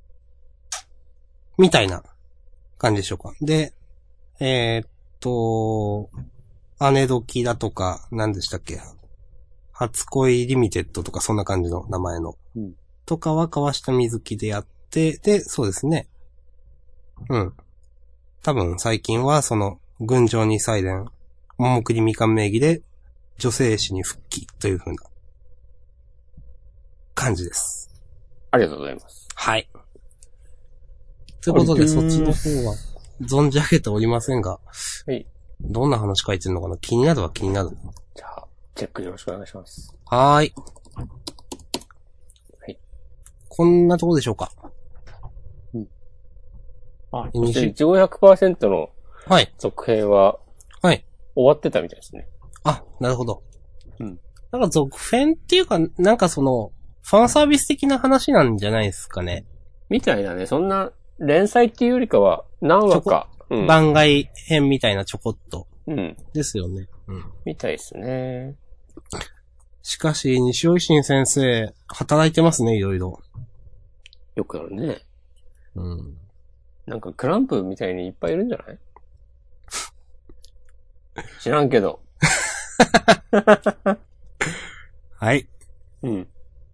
みたいな感じでしょうか。で、えーっと、姉時だとか、何でしたっけ？初恋リミテッドとかそんな感じの名前の。 うん、 とかは川下水木でやって、で、そうですね。うん。多分最近はその、群青にサイレン、桃栗みかん名義で女性誌に復帰という風な感じです。 ありがとうございます。 はい。ということでそっちの方は存じ上げておりませんが、 はい。 どんな話書いてるのかな？気になるは気になる。 じゃあ、チェックよろしくお願いします。 はーい。 はい。 こんなとこでしょうか。 うん。あ、そしていちご ひゃくパーセント のはい。 続編は、 はい。 終わってたみたいですね。 あ、なるほど。 うん。 なんか続編っていうか、なんかその、ファンサービス的な話なんじゃないですかね。 みたいだね。そんな、連載っていうよりかは、何話か。 うん、番外編みたいなちょこっと。 うん。 ですよね。うん。 みたいですね。 しかし、西尾維新先生、働いてますね、いろいろ。 よくあるね。 うん。 なんかクランプみたいにいっぱいいるんじゃない知らんけど。 はい。 うん。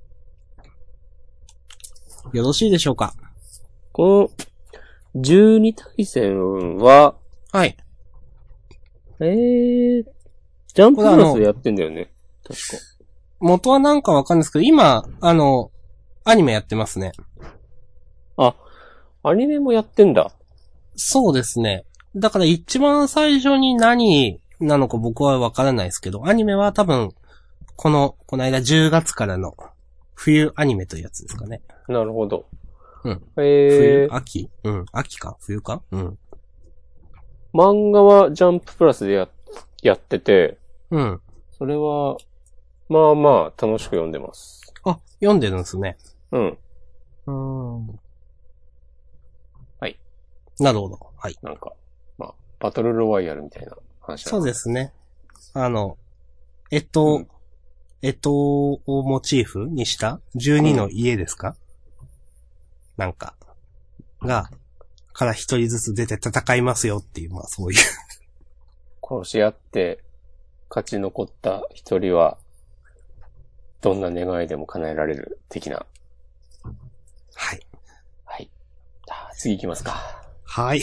よろしいでしょうか。 この、じゅうに対戦は、 はい。 えー、ジャンププラスでやってんだよね。確か。 元はなんかわかんないですけど、今、あの、アニメやってますね。 あ、アニメもやってんだ。 そうですね。だから一番最初に何なのか僕はわからないですけど、アニメは多分、この、この間じゅうがつからの冬アニメというやつですかね。 なるほど。 うん。 えー、 冬秋うん。秋か冬かうん。 漫画はジャンププラスでや、やってて、 うん。 それは、まあまあ楽しく読んでます。 あ、読んでるんですね。 うん。 うーん。 はい。 なるほど。はい。 なんか、まあ、バトルロワイヤルみたいな話。 そうですね。あの、えっと、うん、えっと、をモチーフにしたじゅうにの家ですか、うん、なんか、が、から一人ずつ出て戦いますよっていう、まあそういう。 殺し合って、勝ち残った一人は、どんな願いでも叶えられる的な。 はい。 はい。次行きますか。 はい。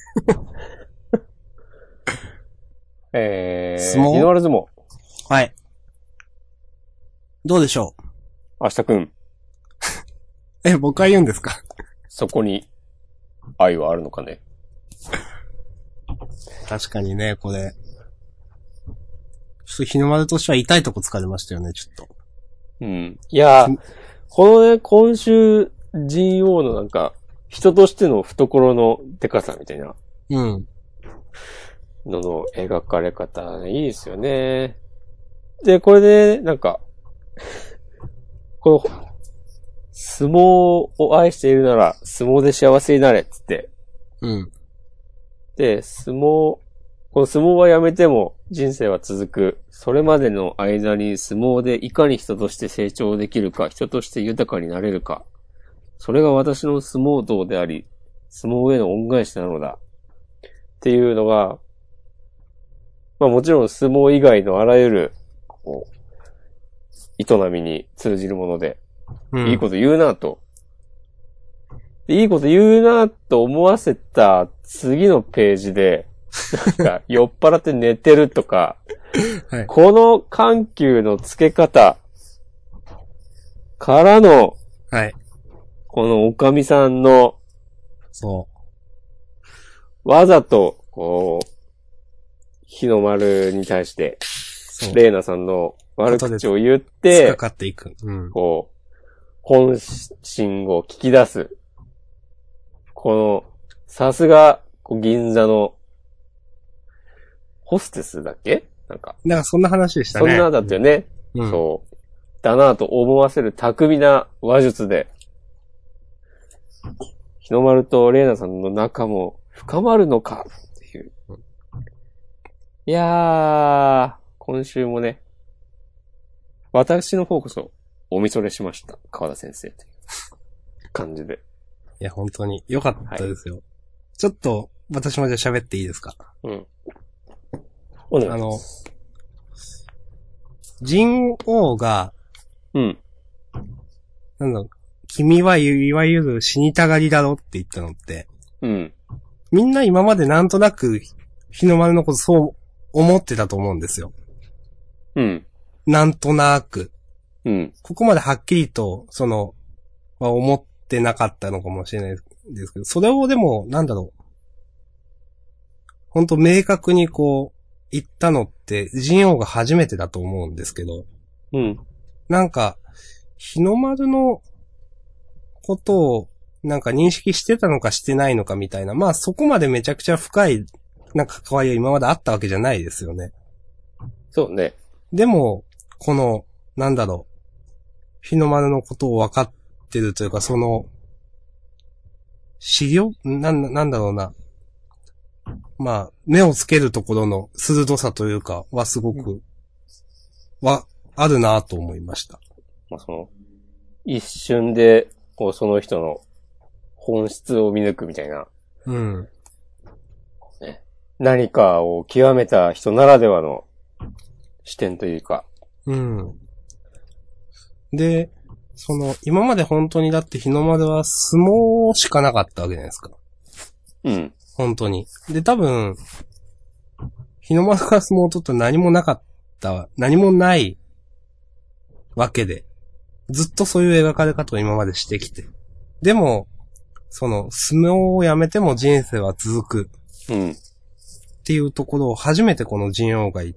えー、 相撲日の丸相撲。 はい。どうでしょう明日くん。 え、僕は言うんですかそこに愛はあるのかね。 確かにね、これ。ちょっと日の丸としては痛いとこ疲れましたよね、ちょっと。 うん。いやー、このね、今週、ジーオー のなんか、人としての懐のデカさみたいな。 うん。 のの描かれ方、いいですよね。で、これで、なんか、この、相撲を愛しているなら、相撲で幸せになれ、つって。 うん。 で、相撲、この相撲はやめても人生は続く。それまでの間に相撲でいかに人として成長できるか、人として豊かになれるか。それが私の相撲道であり、相撲への恩返しなのだ。っていうのが、まあもちろん相撲以外のあらゆる、こう、営みに通じるもので、うん、いいこと言うなと。いいこと言うなと思わせた次のページで、なんか酔っ払って寝てるとか、はい、この緩急のつけ方からの、 はい、 このおかみさんの、 そう。 わざと、こう、日の丸に対して、レイナさんの悪口を言って、 かかっていく。うん、 こう、本心を聞き出す。この、さすが、銀座の、ホステスだっけなんか。 なんかそんな話でしたね。 そんなだったよね。うん、そう。だなぁと思わせる巧みな話術で、日の丸とレイナさんの仲も深まるのかっていう。いやー、今週もね、私の方こそおみそれしました。川田先生という感じで。 いや、本当に良かったですよ。はい、ちょっと、私もじゃあ喋っていいですか？ うん。お願いします。あの、 人王が、 うん。 なんだろう、君はいわゆる死にたがりだろって言ったのって、 うん。 みんな今までなんとなく、日の丸のことそう思ってたと思うんですよ。 うん。 なんとなく。 うん。 ここまではっきりと、その、まあ、思ってなかったのかもしれないですけど、それをでも、なんだろう。本当明確にこう、言ったのって、ジンオウが初めてだと思うんですけど。 うん。 なんか、日の丸のことを、なんか認識してたのかしてないのかみたいな。まあそこまでめちゃくちゃ深い、なんか関わりは今まであったわけじゃないですよね。 そうね。 でも、この、なんだろう。日の丸のことを分かってるというか、その、資料なん、なんだろうな。まあ、目をつけるところの鋭さというか、はすごく、わ、 あるなぁと思いました。 まあその、一瞬で、こうその人の本質を見抜くみたいな。 うん。 ね。何かを極めた人ならではの視点というか。 うん。で、その、今まで本当にだって日の丸は相撲しかなかったわけじゃないですか。 うん。 本当に。で、多分、日の丸から相撲を取ったら何もなかった、何もないわけで、ずっとそういう描かれ方を今までしてきて。でも、その、相撲をやめても人生は続く。 うん。 っていうところを初めてこの陣王が言って、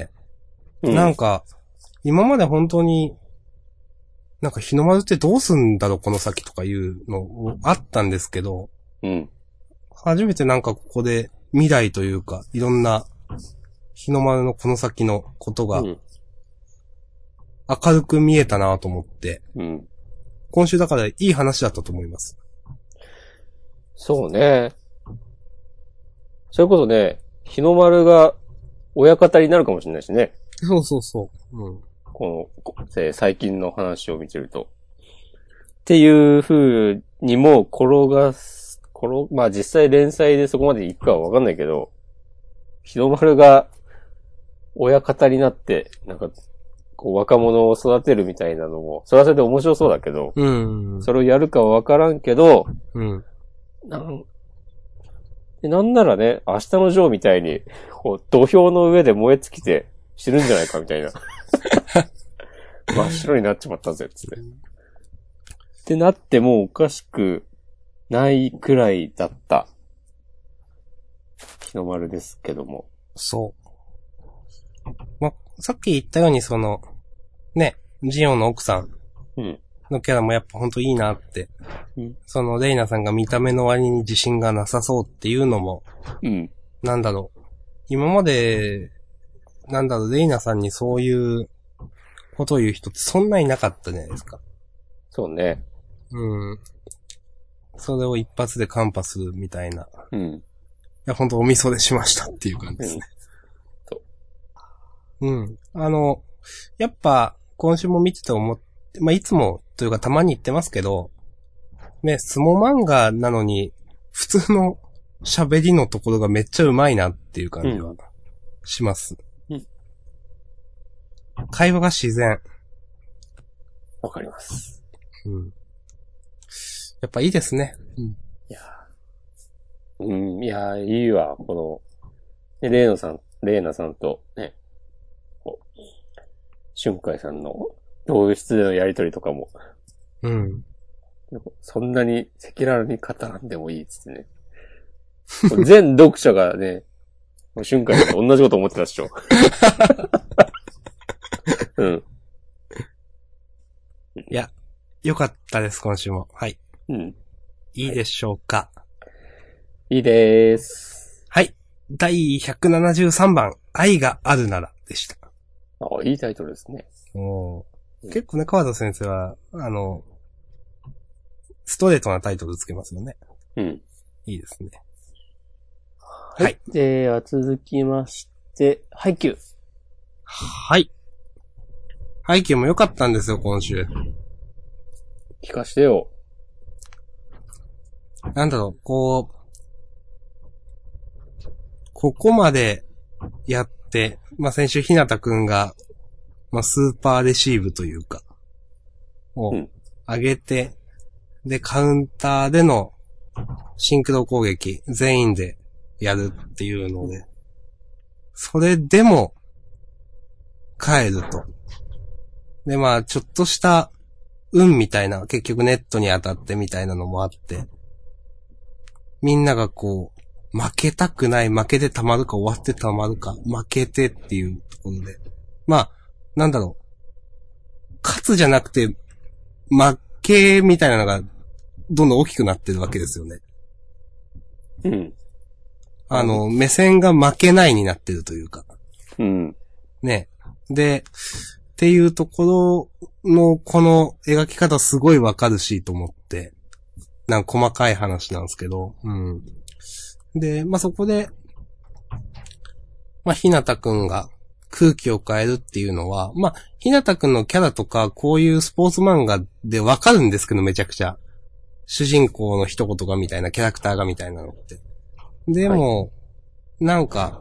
うん、 なんか、今まで本当に、なんか日の丸ってどうすんだろうこの先とかいうのあったんですけど、 うん。 初めてなんかここで未来というか、いろんな日の丸のこの先のことが、明るく見えたなと思って、 うん、 今週だからいい話だったと思います。 そうね。それこそね、日の丸が親方になるかもしれないしね。 そうそうそう。うん、 この、最近の話を見てると。っていう風にも転がす、転、まあ実際連載でそこまで行くかはわかんないけど、日の丸が親方になって、なんか、こう若者を育てるみたいなのも、それはそれで面白そうだけど、 うん、 それをやるかはわからんけど、 うん、 なんでなんならね、明日のジョーみたいに、こう土俵の上で燃え尽きて死ぬんじゃないかみたいな。真っ白になっちまったぜ、つって。ってなってもおかしくないくらいだった。日の丸ですけども。 そう。ま、さっき言ったようにその、ね、ジオンの奥さんのキャラもやっぱほんといいなって。うん、そのレイナさんが見た目の割に自信がなさそうっていうのも、 うん、 なんだろう。今まで、なんだろう、レイナさんにそういうことを言う人ってそんなになかったじゃないですか。 そうね。 うん。それを一発でカンパするみたいな。 うん。いや、ほんとお味噌でしましたっていう感じですね。うん。うん。あの、やっぱ、今週も見てて思って、まあ、いつもというかたまに言ってますけど、ね、相撲漫画なのに、普通の喋りのところがめっちゃうまいなっていう感じはします。うん。会話が自然。 わかります。 うん。やっぱいいですね。うん。 いやうん、いやいいわ、この、レイナさん、レイナさんとね、こう、春海さんの同室でのやりとりとかも。 うん。 そんなに赤裸々に語らんでもいいっつってね。全読者がね、春海さんと同じこと思ってたっしょ。うん。 いや、よかったです、今週も。はい。 うん。 いいでしょうか。はい、いいでーす。 はい。だいひゃくななじゅうさんばん、愛があるならでした。 あ、いいタイトルですね。 おー、うん、結構ね、川田先生は、あの、ストレートなタイトルつけますよね。 うん。 いいですね。 はい。はい、では続きまして、ハイキュー。 はい。ハイキューも良かったんですよ、今週。 聞かしてよ。 なんだろう、こう、ここまでやって、まあ、先週ひなたくんが、まあ、スーパーレシーブというか、を上げて、うん、で、カウンターでのシンクロ攻撃、全員でやるっていうので、それでも、帰ると。で、まあ、ちょっとした、運みたいな、結局ネットに当たってみたいなのもあって、みんながこう、負けたくない、負けてたまるか終わってたまるか、負けてっていうところで。まあ、なんだろう。勝つじゃなくて、負けみたいなのが、どんどん大きくなってるわけですよね。 うん。 あの、目線が負けないになってるというか。 うん。 ね。で、っていうところの、この描き方すごいわかるしと思って、なんか細かい話なんですけど、うん。で、まあ、そこで、まあ、ひなたくんが空気を変えるっていうのは、まあ、ひなたくんのキャラとか、こういうスポーツ漫画でわかるんですけど、めちゃくちゃ。主人公の一言がみたいな、キャラクターがみたいなのって。でも、はい、なんか、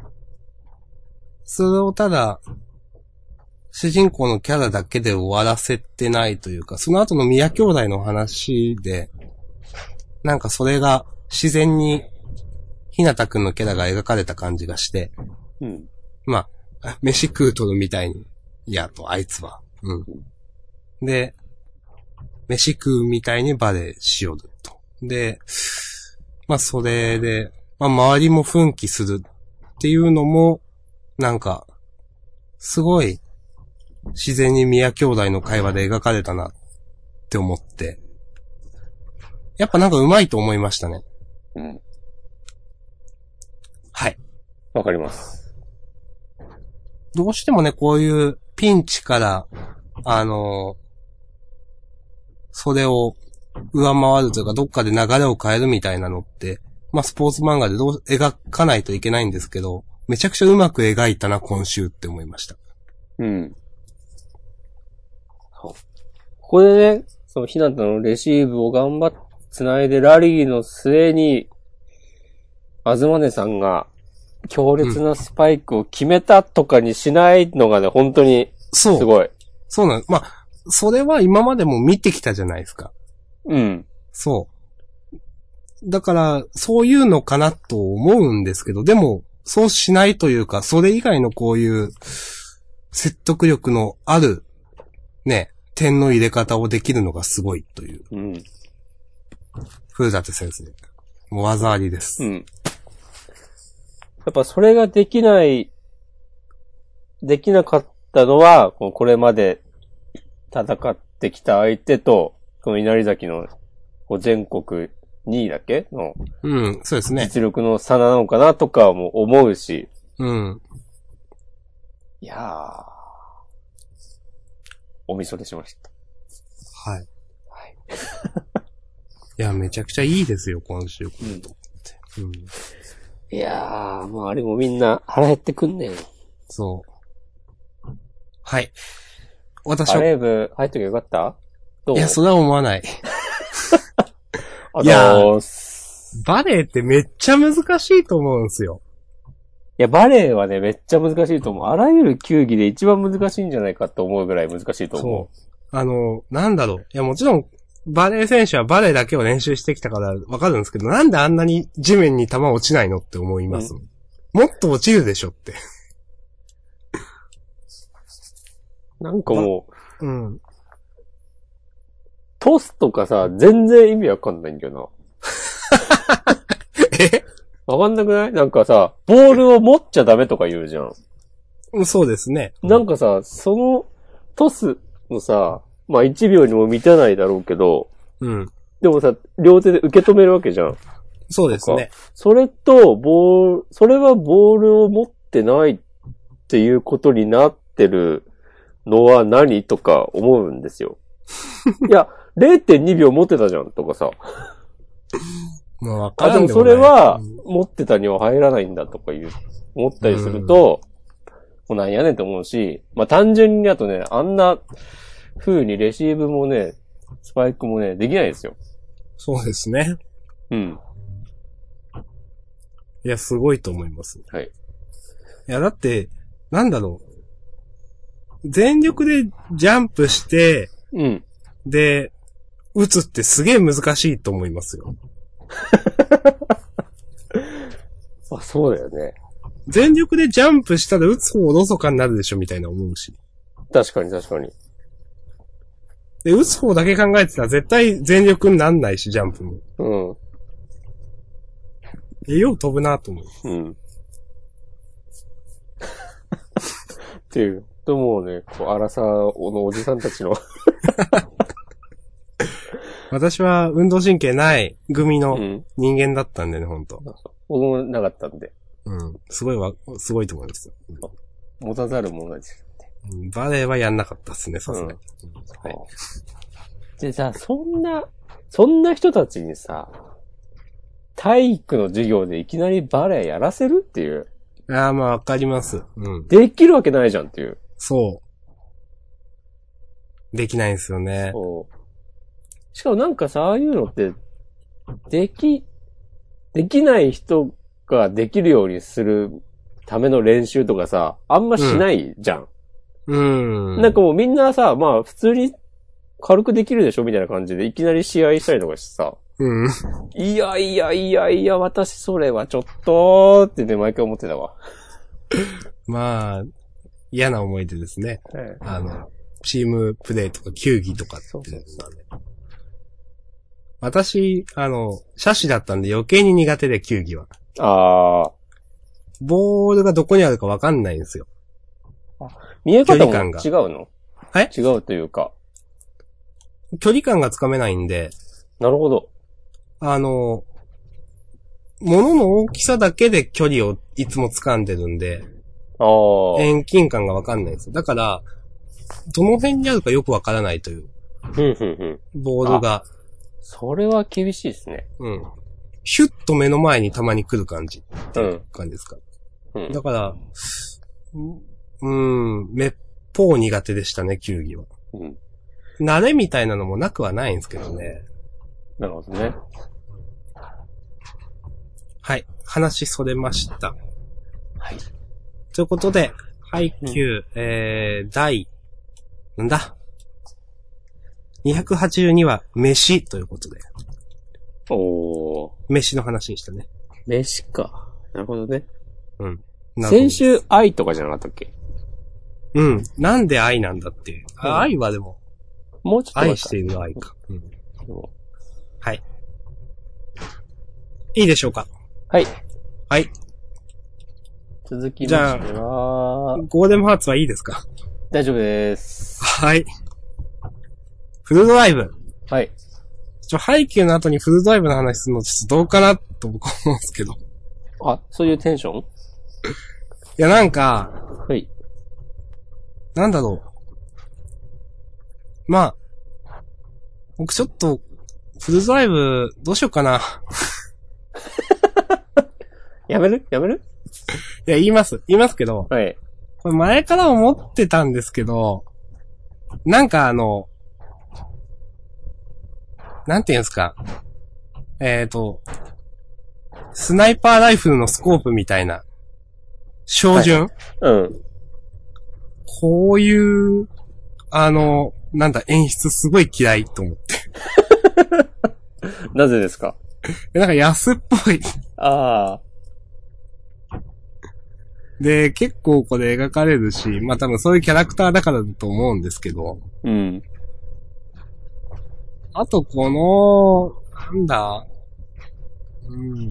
それをただ、主人公のキャラだけで終わらせてないというか、その後の宮兄弟の話で、なんかそれが自然に、ひなたくんのキャラが描かれた感じがして、うん、まあ、飯食うとるみたいに、いやと、あいつは。うん。で、飯食うみたいにバレしよると。で、まあそれで、まあ周りも奮起するっていうのも、なんか、すごい、自然に宮兄弟の会話で描かれたなって思って、やっぱなんか上手いと思いましたね。うん。はい。 わかります。 どうしてもね、こういうピンチから、あの、それを上回るというか、どっかで流れを変えるみたいなのって、まあスポーツ漫画でどう描かないといけないんですけど、めちゃくちゃうまく描いたな、今週って思いました。 うん。そう。ここでね、そのひなたのレシーブを頑張って繋いでラリーの末に、あずまねさんが強烈なスパイクを決めたとかにしないのがね、うん、本当にすごい。 そう。そうなんです。まあ、それは今までも見てきたじゃないですか。 うん。 そう。だから、そういうのかなと思うんですけど、でも、そうしないというか、それ以外のこういう説得力のある、ね、点の入れ方をできるのがすごいという。うん。古舘先生。もう技ありです。 うん。やっぱそれができない、できなかったのは、これまで戦ってきた相手と、この稲荷崎の全国にいだけの、 うん、そうですね。 実力の差なのかなとかも思うし。 うん。 いやー、おみそれしました。 はい。はい。いや、めちゃくちゃいいですよ、今週。うん。 うん、いやー、もうあれもみんな腹減ってくんねん。 そう。はい。私は。 バレー部入っときゃよかった？どう？ いや、それは思わない。 いやー、バレーってめっちゃ難しいと思うんですよ。 いや、バレーはね、めっちゃ難しいと思う。あらゆる球技で一番難しいんじゃないかと思うぐらい難しいと思う。 そう。あの、なんだろう。いや、もちろん、バレー選手はバレーだけを練習してきたからわかるんですけど、なんであんなに地面に球落ちないのって思います。うん、もっと落ちるでしょって。 なんかもう、うん。 トスとかさ、全然意味わかんないんだよな。 え？ わかんなくない？なんかさ、ボールを持っちゃダメとか言うじゃん。 そうですね。 なんかさ、そのトスのさ、まあいちびょうにも満たないだろうけど、 うん。 でもさ、両手で受け止めるわけじゃん。 そうですね。 それと、ボール、それはボールを持ってないっていうことになってるのは何とか思うんですよ。いや、れいてんにびょう持ってたじゃんとかさ。 まあ、わかんない。あ、でもそれは、持ってたには入らないんだとかいう、思ったりすると、もうなんやねんと思うし、まあ単純にあとね、あんな風にレシーブもね、スパイクもね、できないですよ。 そうですね。 うん。 いや、すごいと思います。 はい。 いや、だって、なんだろう。全力でジャンプして、 うん。 で、打つってすげえ難しいと思いますよ。 あ、そうだよね。 全力でジャンプしたら打つ方おろそかになるでしょみたいな思うし。 確かに確かに。 で、打つ方だけ考えてたら絶対全力になんないし、ジャンプも。 うん。 え、よう飛ぶなと思う。 うん。っていう。ともうね、こう、荒さのおじさんたちの。 私は運動神経ない組の人間だったんでね、うん、ほんと。 僕もなかったんで。 うん。すごいわ、すごいと思いますよ。 持たざるものです。 バレーはやんなかったっすね、さすがに。うん、 はい。でさ、そんな、そんな人たちにさ、体育の授業でいきなりバレーやらせるっていう。 ああ、まあわかります。うん。 できるわけないじゃんっていう。 そう。できないんですよね。 そう。しかもなんかさ、ああいうのって、でき、できない人ができるようにするための練習とかさ、あんましないじゃん。 うん。うん、 なんかもうみんなさ、まあ普通に軽くできるでしょみたいな感じでいきなり試合したりとかしてさ。 うん。 いやいやいやいや、私それはちょっとってね、毎回思ってたわ。 まあ、嫌な思い出ですね。 ええ、 あの、チームプレーとか球技とかっていうのはね。 そうそう私、あの、射手だったんで余計に苦手で球技は。 ああ。 ボールがどこにあるかわかんないんですよ。 見え方も違うの？ はい？ 違うというか。 距離感がつかめないんで。 なるほど。 あの、物の大きさだけで距離をいつも掴んでるんで、 ああ。 遠近感がわかんないんですよ。だから、どの辺にあるかよくわからないという。 ふんふんふん。 ボールが。 それは厳しいですね。 うん。シュッと目の前にたまに来る感じ。っていう感じですか。 うん。 だから、うん、めっぽう苦手でしたね、球技は。 うん。 慣れみたいなのもなくはないんですけどね。 なるほどね。 はい。話それました。 はい。 ということで、配給、うん、えー、第、なんだにひゃくはちじゅうには飯ということで。 おー。 飯の話でしたね。 飯か。なるほどね。 うん。 先週愛とかじゃなかったっけ？ うん。なんで愛なんだっていう。うん、愛はでも、 もうちょっと愛している愛か。うん。はい。いいでしょうか？ はい。 はい。 続きましては、 ゴールデンハーツはいいですか？ 大丈夫です。 はい。フルドライブ。 はい。 ちょ、配給の後にフルドライブの話するのちょっとどうかなと僕は思うんですけど。 あ、そういうテンション？いや、なんか、 はい。 なんだろう。まあ、僕ちょっと、フルドライブ、どうしようかな。 やめるやめるいや、言います。言いますけど。 はい。 これ前から思ってたんですけど、なんかあの、なんていうんですか。えっと、スナイパーライフルのスコープみたいな、照準、はい、 うん。 こういう、あの、なんだ、演出すごい嫌いと思って。 なぜですか？ なんか安っぽい。 ああ。 で、結構これ描かれるし、まあ多分そういうキャラクターだからだと思うんですけど。 うん。 あとこの、なんだ、うん。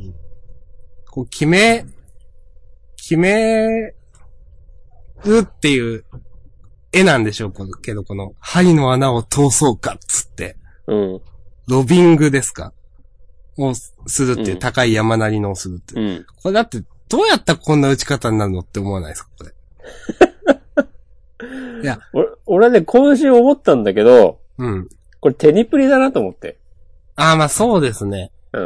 こう決め、決めるっていう絵なんでしょうけど、この針の穴を通そうかっつって。 うん。 ロビングですかをするっていう、高い山なりのをするっていう。うん。これだって、どうやったらこんな打ち方になるのって思わないですかこれ。いや。 俺、俺はね、今週思ったんだけど、 うん。 これテニプリだなと思って。 ああ、まあそうですね。 うん。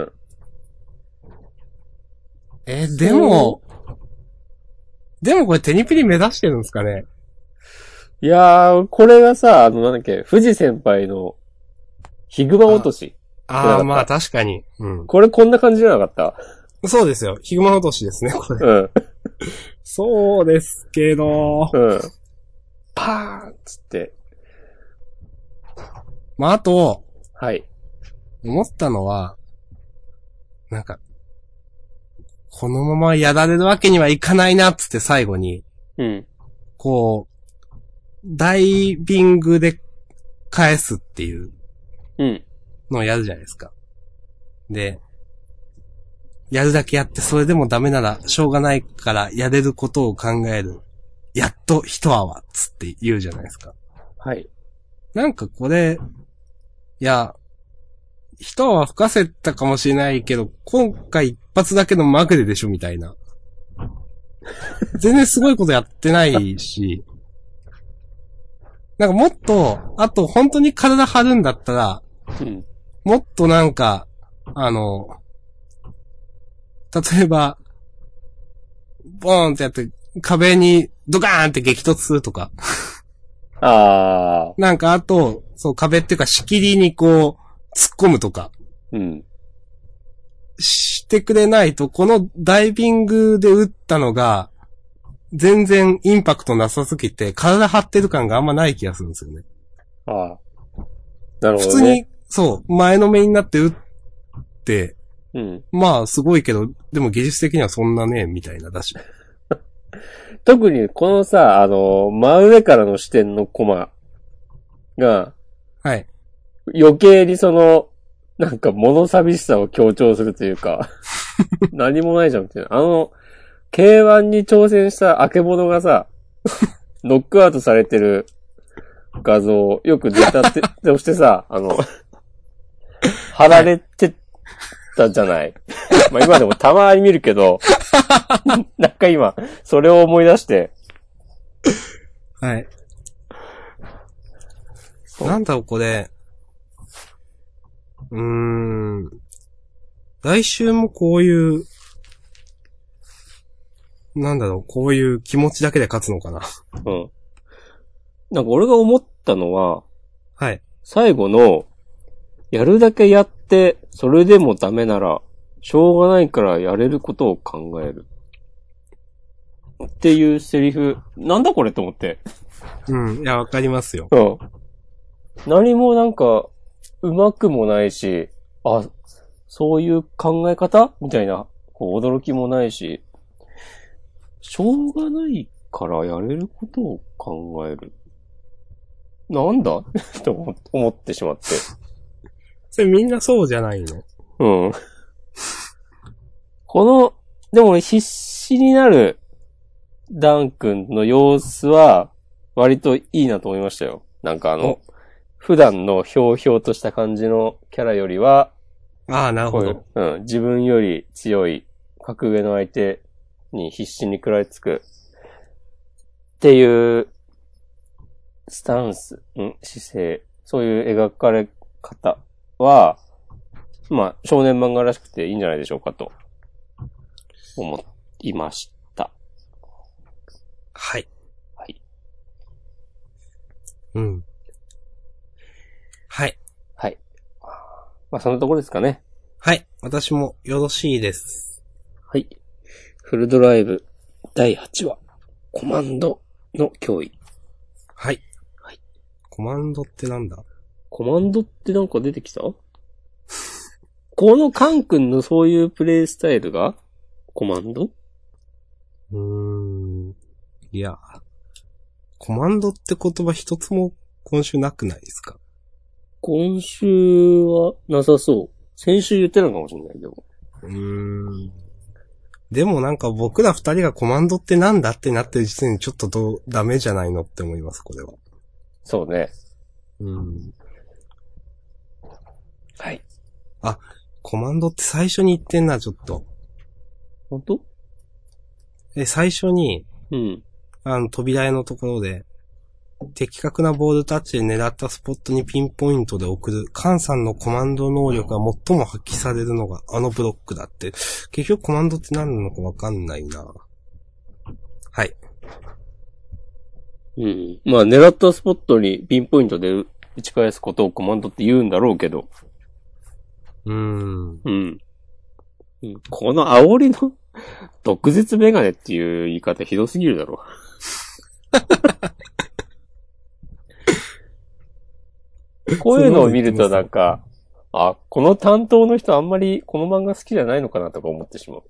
えー、でも、でもこれテニプリ目指してるんですかね？ いやー、これがさ、あの、なんだっけ、富士先輩のヒグマ落とし。 ああ、まあ確かに。うん。 これこんな感じじゃなかった？ そうですよ。ヒグマ落としですね、これ。 うん。 そうですけど。 うん。パーンつって。 まあ、あと。 はい。 思ったのは、なんか、このままやられるわけにはいかないなっつって最後に。 うん。 こう、ダイビングで返すっていう。 うん。 のをやるじゃないですか。で、やるだけやってそれでもダメならしょうがないからやれることを考える。やっと一泡つって言うじゃないですか。 はい。 なんかこれ、いや、一泡吹かせたかもしれないけど、今回一発だけのまぐれでしょみたいな。全然すごいことやってないし、なんかもっと、あと本当に体張るんだったら、 うん、 もっとなんか、あの、例えば、 ボーンってやって、壁にドカーンって激突するとか。 ああ。 なんかあと、そう壁っていうか仕切りにこう、突っ込むとか。 うん。 してくれないと、このダイビングで撃ったのが、全然インパクトなさすぎて、体張ってる感があんまない気がするんですよね。 ああ。なるほど、ね。 普通に、そう、前のめりになって撃って、 うん。 まあ、すごいけど、でも技術的にはそんなね、みたいなだし。 特にこのさ、あの、真上からの視点のコマが、 はい。 余計にその、なんか物寂しさを強調するというか、何もないじゃんっていう。あの、ケーワン に挑戦したあけぼのがさ、ノックアウトされてる画像、よく出たって、としてさ、あの、貼られてたじゃない。まあ今でもたまに見るけど、なんか今、それを思い出して。 はい。なんだろう、これ。うーん。来週もこういう、なんだろう、こういう気持ちだけで勝つのかな。 うん。なんか俺が思ったのは、 はい。 最後の、やるだけやって、それでもダメなら、しょうがないからやれることを考える。っていうセリフ、なんだこれと思って。 うん。いや、わかりますよ。 うん。何もなんか、うまくもないし、あ、そういう考え方みたいな、こう驚きもないし、しょうがないからやれることを考える。なんだと思ってしまって。 それみんなそうじゃないの？ うん。この、でも必死になるダン君の様子は割といいなと思いましたよ。なんかあの、普段のひょうひょうとした感じのキャラよりは、 ああ、なるほど。 うん、自分より強い格上の相手に必死に食らいつくっていうスタンス、うん、姿勢、そういう描かれ方は、まあ少年漫画らしくていいんじゃないでしょうかと思いました。 はい。 はい。 うん。はい。 はい。まあそのところですかね。 はい。私もよろしいです。 はい。フルドライブだいはちわ、コマンドの脅威。 はい。はい。コマンドってなんだ？ コマンドってなんか出てきた？このカン君のそういうプレイスタイルがコマンド？ うーん。いや。コマンドって言葉一つも今週なくないですか？ 今週はなさそう。先週言ってたのかもしれないけど。 うーん。でもなんか僕ら二人がコマンドってなんだってなってる時点でちょっとどう、ダメじゃないのって思います、これは。 そうね。 うん。 はい。 あ、コマンドって最初に言ってんな、ちょっと。 本当？ え、最初に、 うん。 あの、扉絵のところで、的確なボールタッチで狙ったスポットにピンポイントで送る、カンさんのコマンド能力が最も発揮されるのがあのブロックだって、結局コマンドって何なのかわかんないな。はい。 うん。まあ狙ったスポットにピンポイントで打ち返すことをコマンドって言うんだろうけど。 うーん。 うん。うん、この煽りの毒舌メガネっていう言い方ひどすぎるだろ。こういうのを見るとなんか、あ、この担当の人あんまりこの漫画好きじゃないのかなとか思ってしまう。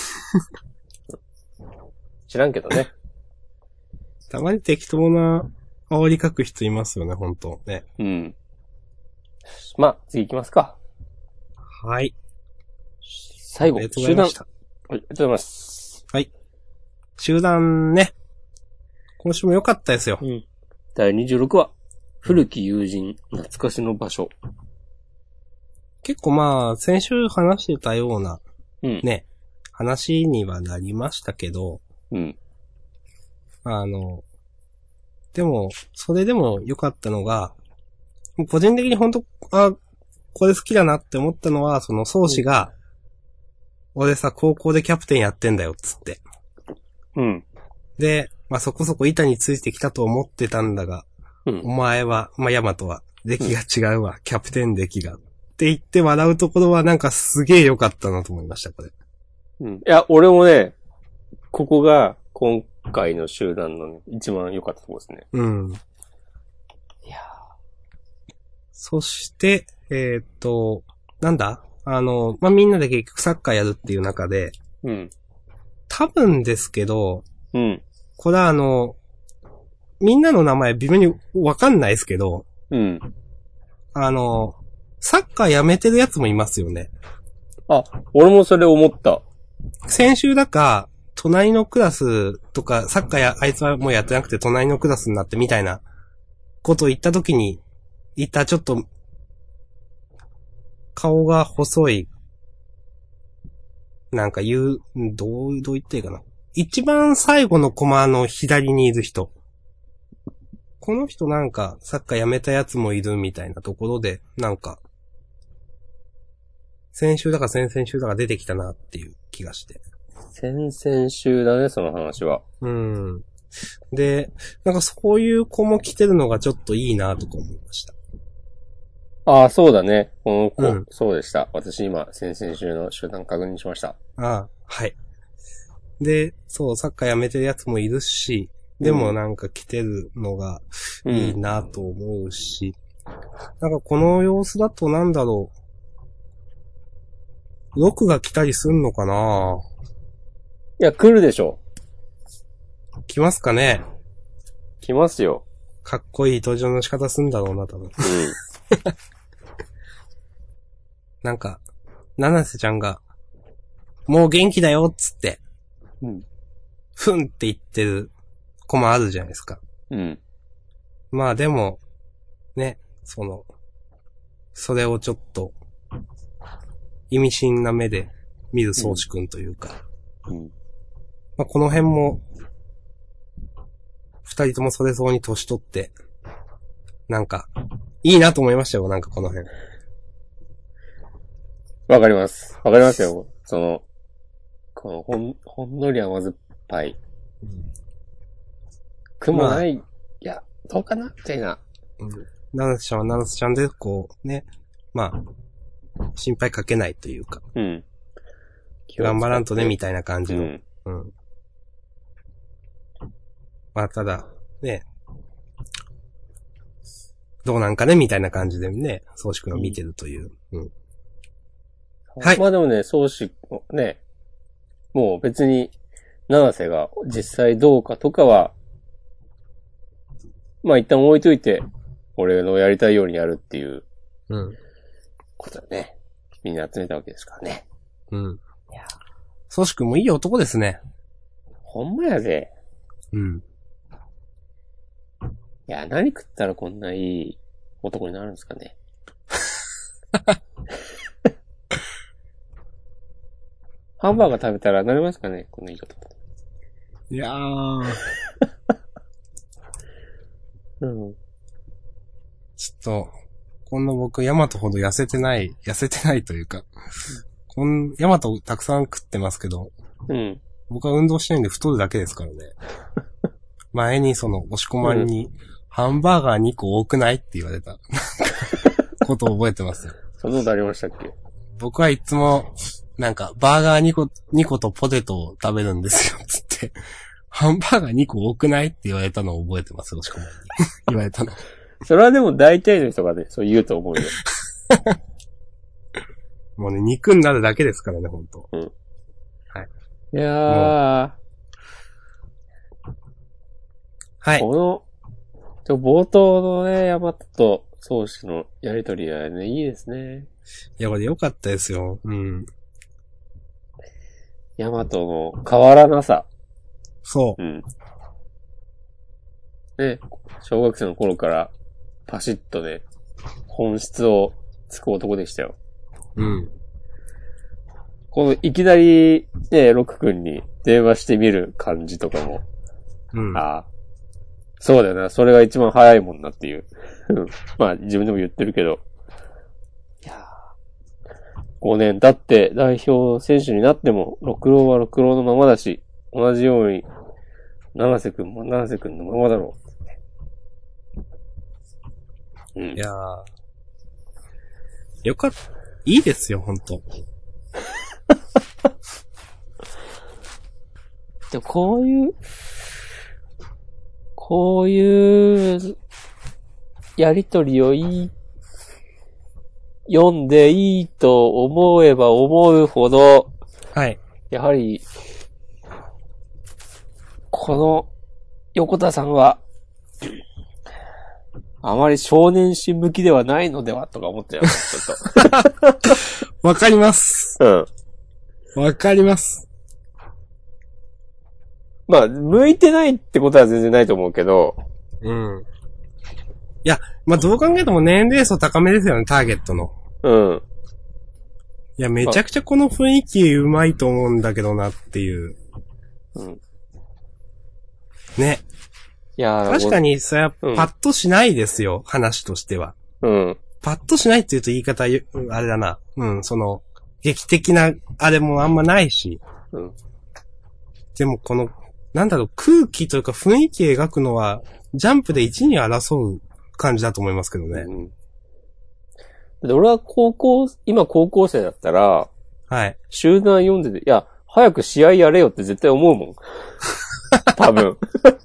知らんけどね。 たまに適当な煽り書く人いますよね、本当ね。 うん。まあ、次行きますか。 はい。 最後、 ありがとうございました。 はい、ありがとうございます。 はい。集団ね。今週も良かったですよ。 うん。だいにじゅうろくわ。古き友人、懐かしの場所。 結構まあ、先週話してたような、 うん、 ね、話にはなりましたけど、 うん。 あの、でも、それでも良かったのが、個人的に本当あ、これ好きだなって思ったのは、その宗師が、うん、俺さ、高校でキャプテンやってんだよ、つって。 うん。 で、まあそこそこ板についてきたと思ってたんだが、うん、お前は、まあヤマトは、出来が違うわ、うん、キャプテン出来が。って言って笑うところはなんかすげえ良かったなと思いました、これ。 うん。いや、俺もね、ここが今回の集団の一番良かったところですね。 うん。いやそして、えー、っと、なんだあの、まあ、みんなで結局サッカーやるっていう中で、 うん。 多分ですけど、 うん。 これはあの、みんなの名前微妙にわかんないですけど、 うん。 あの、サッカーやめてるやつもいますよね。 あ、俺もそれ思った。 先週だか、隣のクラスとか、サッカーや、あいつはもうやってなくて隣のクラスになってみたいなことを言った時に、言ったちょっと、顔が細い、なんか言う、どう、どう言っていいかな。一番最後のコマの左にいる人。この人なんか、サッカーやめたやつもいるみたいなところで、なんか、先週だか先々週だか出てきたなっていう気がして。 先々週だね、その話は。 うん。で、なんかそういう子も来てるのがちょっといいなとか思いました。 ああ、そうだね。この子、うん、そうでした。私今、先々週の集団確認しました。 ああ、はい。で、そう、サッカーやめてるやつもいるし、でもなんか来てるのがいいなと思うし、うん、なんかこの様子だとなんだろう、ロクが来たりすんのかないや、来るでしょ。 来ますかね来ますよ。 かっこいい登場の仕方すんだろうな、多分。うん。なんか、七瀬ちゃんが、もう元気だよっつって、 うん。 ふんって言ってるコマあるじゃないですか。 うん。 まあでも、ね、その、それをちょっと、意味深な目で見る宗志くんというか。 うん。うん、 まあこの辺も、二人ともそれぞれに年取って、なんか、いいなと思いましたよ、なんかこの辺。 わかります。わかりますよ。その、このほん、ほんのり甘酸っぱい。うん、雲ない、まあ、いや、どうかなみたいな。 うん。ナナスちゃんはナナスちゃんで、こう、ね、まあ、心配かけないというか。 うん。 頑張らんとね、みたいな感じの。うん。うん、まあ、ただ、ね、どうなんかね、みたいな感じでね、宗志くんを見てるという。うん。うん、 はい。まあでもね、宗志ね、もう別に、七瀬が実際どうかとかは、まあ一旦置いといて、俺のやりたいようにやるっていう、 うん。 ことだね。みんな集めたわけですからね。 うん。いや。宗志くんもいい男ですね。 ほんまやぜ。 うん。 いや、何食ったらこんないい男になるんですかね。ハンバーガー食べたらなりますかね、このいい男。 いやー。 うん。 ちょっと、こんな僕、ヤマトほど痩せてない、痩せてないというか、こん、ヤマトたくさん食ってますけど、 うん。 僕は運動してないんで太るだけですからね。前にその、押し込まれに、うん、ハンバーガーにこ多くないって言われたことを覚えてますよ。 そんなことありましたっけ？ 僕はいつも、なんか、バーガーにこ、にことポテトを食べるんですよ、つって。ハンバーガーにこ多くないって言われたのを覚えてますよ、押し込まれに。言われたの。 それはでも大体の人がね、そう言うと思うよ。 もうね、肉になるだけですからね、ほんと。 うん。 はい。 いやー。 はい。 この、ちょ冒頭のね、ヤマトと宗志のやりとりはね、いいですね。 いや、これ良かったですよ。うん。 ヤマトの変わらなさ。 そう。 うん。ね、小学生の頃からパシッとね、本質をつく男でしたよ。 うん。 このいきなりね、ロク君に電話してみる感じとかも。 うん。 ああ。そうだよな。それが一番早いもんなっていう。まあ自分でも言ってるけど。いやごねん経って代表選手になっても、六郎は六郎のままだし、同じように七瀬くんも七瀬くんのままだろう。うん。 いやー。よかった。いいですよ、ほんと。 でもこういう、こういうやりとりをいい、読んでいいと思えば思うほど、 はい。 やはり、この横田さんは、あまり少年誌向きではないのではとか思っちゃう。ちょっと。わかります。 うん。 わかります。 まあ、向いてないってことは全然ないと思うけど。 うん。いや、まあどう考えても年齢層高めですよね、ターゲットの。 うん。 いや、めちゃくちゃこの雰囲気うまいと思うんだけどなっていう。 うん。 ね。 いや確かに、それはパッとしないですよ、うん、話としては。 うん。 パッとしないって言うと言い方、あれだな。うん、その、劇的な、あれもあんまないし。 うん。でもこの、なんだろう、空気というか雰囲気描くのは、ジャンプで一に争う感じだと思いますけどね。うん。 で、俺は高校、今高校生だったら、 はい。 集団読んでて、いや、早く試合やれよって絶対思うもん。多分。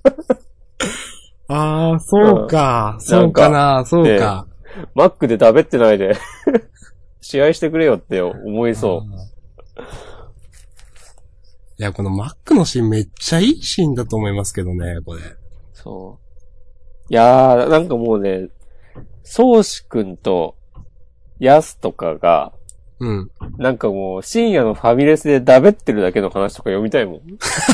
ああ、そうか、うん、そうかな、そうか。 マックで食べってないで、試合してくれよって思いそう。 いや、このマックのシーンめっちゃいいシーンだと思いますけどね、これ。 そう。いやー、なんかもうね、宗志くんと、ヤスとかが、 うん。 なんかもう、深夜のファミレスでダベってるだけの話とか読みたいもん。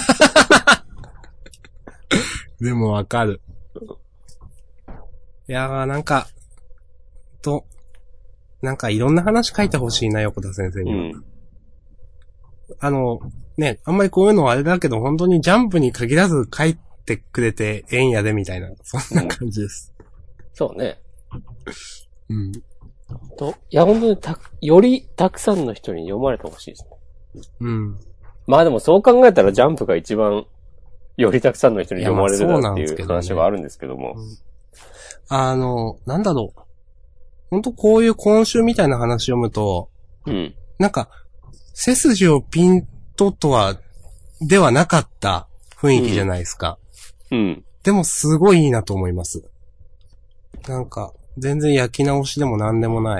でもわかる。いやー、なんか、と、なんかいろんな話書いてほしいな、横田先生には。うん、あの、ね、あんまりこういうのはあれだけど、本当にジャンプに限らず書いてくれてええんやで、みたいな、そんな感じです。うん、 そうね。 うん。 と、いや、本当にた、よりたくさんの人に読まれてほしいですね。 うん。 まあでもそう考えたらジャンプが一番、よりたくさんの人に読まれるなっていう話はあるんですけども。 あの、なんだろう。ほんとこういう今週みたいな話読むと、 うん。 なんか、背筋をピンととは、ではなかった雰囲気じゃないですか。 うん。うん、 でもすごいいいなと思います。なんか、全然焼き直しでもなんでもない。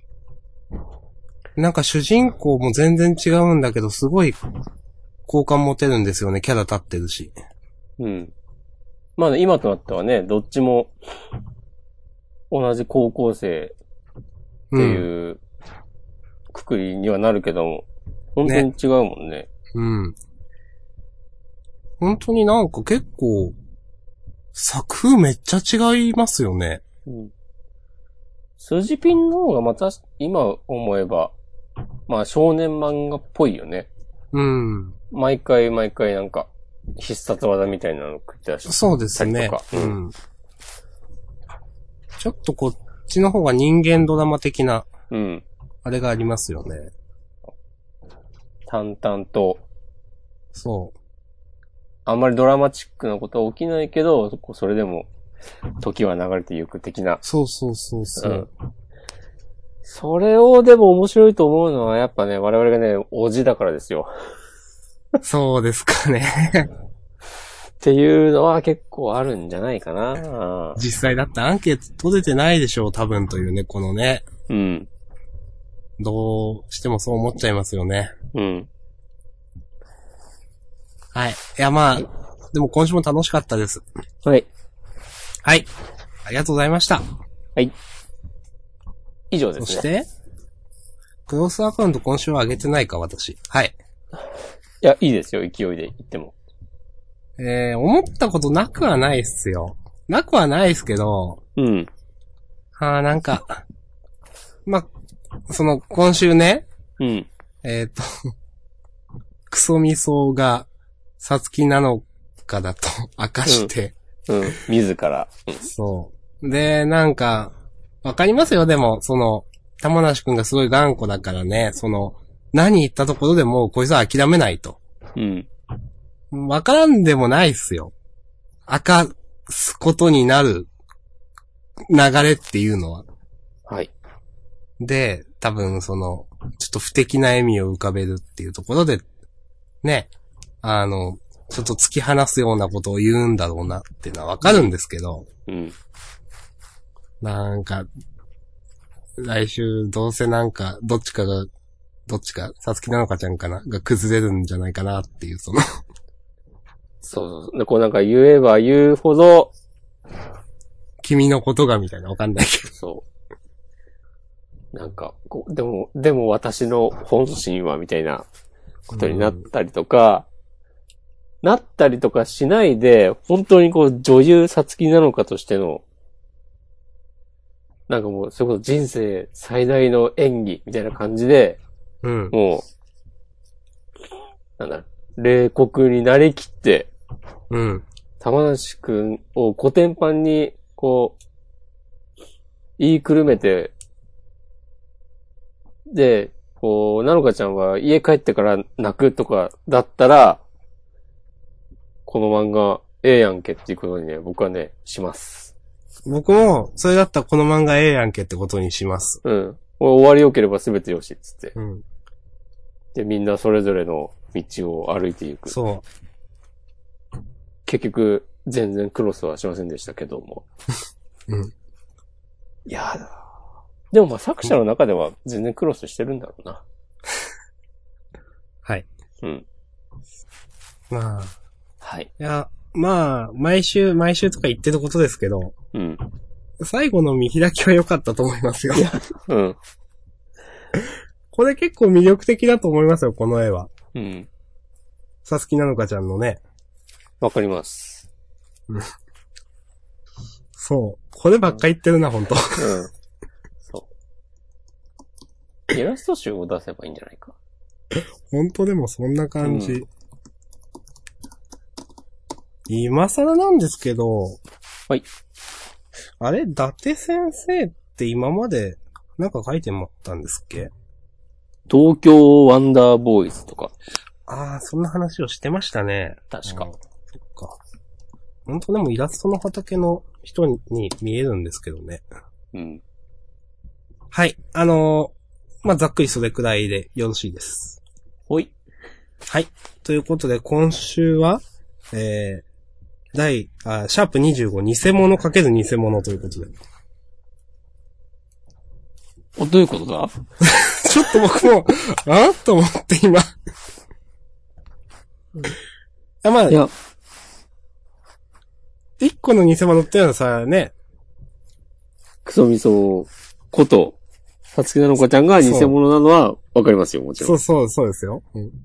なんか主人公も全然違うんだけど、すごい好感持てるんですよね。キャラ立ってるし。 うん。まあ、ね、今となってはね、どっちも同じ高校生っていうくくりにはなるけども、うん、本当に違うもんね。ね。 うん。本当になんか結構、作風めっちゃ違いますよね。 うん。筋ピンの方がまた今思えば、まあ少年漫画っぽいよね。 うん。 毎回毎回なんか必殺技みたいなの食ってらっしゃる。 そうですね。 うん、うん。 ちょっとこっちの方が人間ドラマ的な、 うん。 あれがありますよね。 淡々と。 そう。 あんまりドラマチックなことは起きないけど、それでも時は流れていく的な。 そうそうそうそう、 うん。それをでも面白いと思うのはやっぱね、我々がね、おじだからですよ。 そうですかね。 っていうのは結構あるんじゃないかな。 実際だってアンケート取れてないでしょう、多分というね、このね。 うん。 どうしてもそう思っちゃいますよね。 うん。 はい。いや、まあ、はい、でも今週も楽しかったです。 はい。 はい。ありがとうございました。 はい。以上ですね。 そして、クロスアカウント今週は上げてないか、私。はい。 いや、いいですよ、勢いで言っても。 えー、思ったことなくはないっすよ。なくはないっすけど、 うん。 はぁ、なんか、ま、その、今週ね、 うん。 えっと、クソミソが、サツキなのかだと明かして、 うん。うん。自ら。 うん、そう。で、なんか、わかりますよ、でも、その、玉梨くんがすごい頑固だからね、その、何言ったところでもうこいつは諦めないと。 うん。 わからんでもないっすよ。明かすことになる流れっていうのは。 はい。 で、多分その、ちょっと不敵な笑みを浮かべるっていうところで、ね、あの、ちょっと突き放すようなことを言うんだろうなっていうのはわかるんですけど、 うん。 なんか、来週どうせなんか、どっちかが、どっちか、さつきなのかちゃんかなが崩れるんじゃないかなっていう、そのそうそう。で、こうなんか言えば言うほど、 君のことがみたいなわかんないけど。 そう。なんか、こう、でも、でも私の本心はみたいなことになったりとか、なったりとかしないで、本当にこう女優さつきなのかとしての、なんかもう、それこそ人生最大の演技みたいな感じで、 うん。 もう、なんだ、冷酷になりきって、 うん。 玉梨くんをコテンパンに、こう、言いくるめて、で、こう、なのかちゃんは家帰ってから泣くとかだったら、この漫画、ええやんけっていうことにね、僕はね、します。 僕も、それだったらこの漫画ええやんけってことにします。 うん。終わり良ければ全てよし、つって。 うん。 で、みんなそれぞれの道を歩いていく。 そう。 結局、全然クロスはしませんでしたけども。 うん。 いやだ。でもまあ作者の中では全然クロスしてるんだろうな。 はい。 うん。 まあ。 はい。 いや、まあ、毎週、毎週とか言ってることですけど、 うん。 最後の見開きは良かったと思いますよ。 うん。 これ結構魅力的だと思いますよ、この絵は。 うん。 さつきなのかちゃんのね。 わかります。 そう。こればっか言ってるな、ほんと。 うん。そう。イラスト集を出せばいいんじゃないか。 ほんとでもそんな感じ。うん、今更なんですけど。 はい。 あれ、伊達先生って今までなんか書いてもらったんですっけ？ 東京ワンダーボーイズとか。 ああ、そんな話をしてましたね。 確か。 そっか。ほんとでもイラストの畑の人に見えるんですけどね。 うん。 はい。あのー、まあ、ざっくりそれくらいでよろしいです。 ほい。 はい。ということで、今週は、えー、第、あ、シャープにじゅうご、偽物かける偽物ということで。 お、どういうことだちょっと僕も、あと思って今。あ、まあ、いや、一個の偽物っていうのはさ、ね。 クソミソこと、さつきなのかちゃんが偽物なのはわかりますよ、もちろそん。 うそう、そうですよ。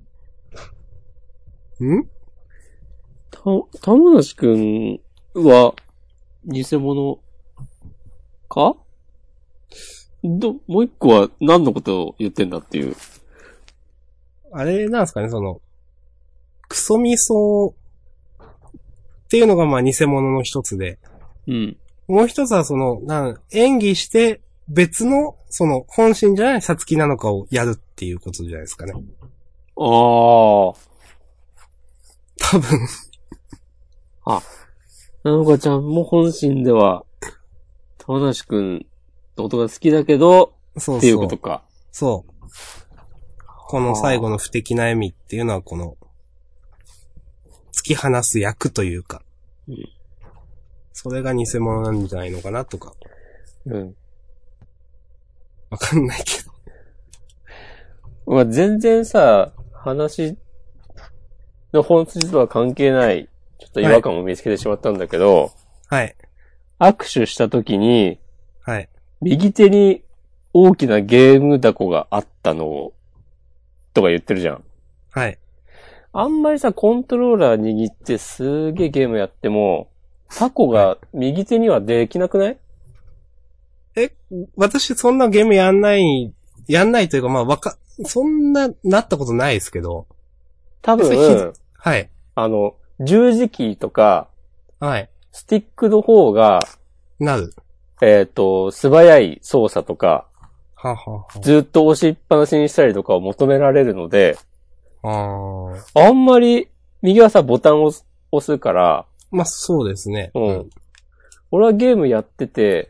うん。んた、玉梨くんは、偽物かど、もう一個は何のことを言ってんだっていう。 あれなんですかね、その、クソミソっていうのがまあ偽物の一つで。 うん。 もう一つはその、なん演技して別の、その本心じゃないさつきなのかをやるっていうことじゃないですかね。ああ。多分。 あ、なのかちゃんも本心では、玉梨くんのことが好きだけど、そうそうっていうことか。 そう。この最後の不敵な笑みっていうのはこの、突き放す役というか。うん。それが偽物なんじゃないのかなとか。うん。わかんないけど。まあ、全然さ、話の本筋とは関係ない、ちょっと違和感を見つけてしまったんだけど、 はい。 握手した時に、 はい。 右手に大きなゲームダコがあったのを、とか言ってるじゃん。 はい。 あんまりさ、コントローラー握ってすげえゲームやっても、タコが右手にはできなくない？ え、私そんなゲームやんない、やんないというかまあわか、そんななったことないですけど。 多分、 はい。 あの、十字キーとか、 はい。 スティックの方が、 なる。 えっと、素早い操作とか、 はははずっと押しっぱなしにしたりとかを求められるので、 ああんまり右はさ、ボタンを押すから。 まあ、そうですね。 うん。俺はゲームやってて、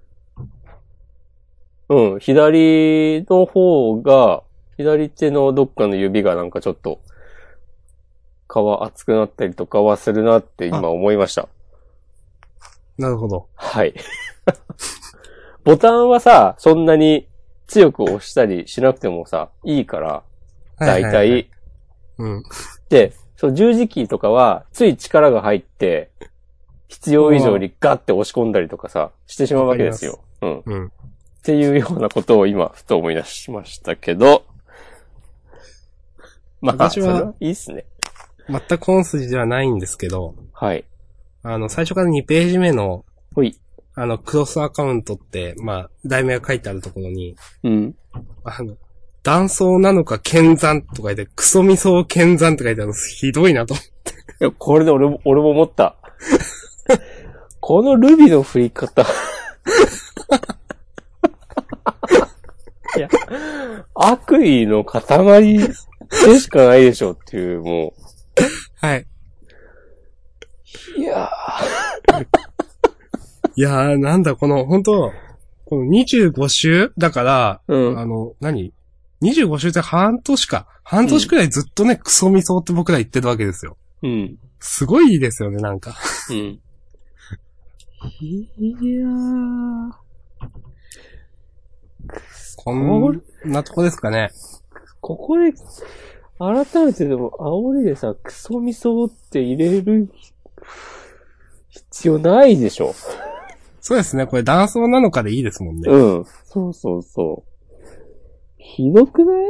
うん、左の方が、左手のどっかの指がなんかちょっと、皮熱くなったりとかはするなって今思いました。 なるほど。 はい。ボタンはさ、そんなに強く押したりしなくてもさ、いいから、だいたい。 うん。 で、その十字キーとかは、つい力が入って、必要以上にガッて押し込んだりとかさ、してしまうわけですよ。うん。うん。っていうようなことを今、ふと思い出しましたけど、まあ、私は、いいっすね。 全く本筋ではないんですけど、 はい。 あの、最初からにページ目の、 ほい。 あの、クロスアカウントって、まあ、題名が書いてあるところに、 うん。 あの、断層なのか剣山とか言って、クソミソ剣山って書いてあるのひどいなと思って。 いや、これで俺も、俺も思った。このルビの振り方。いや、悪意の塊でしかないでしょっていう、もう。 はい。 いやー。いやー、なんだ、この、本当このにじゅうご週だから、うん、あの、何 ?にじゅうご 週って半年か。半年くらいずっとね、うん、クソミソって僕ら言ってるわけですよ。 うん。 すごいですよね、なんか。 うん。いやー。 こんなとこですかね。 ここで、改めてでも、煽りでさ、クソミソって入れる必要ないでしょ。 そうですね。これ断層なのかでいいですもんね。 うん。そうそうそう。ひどくない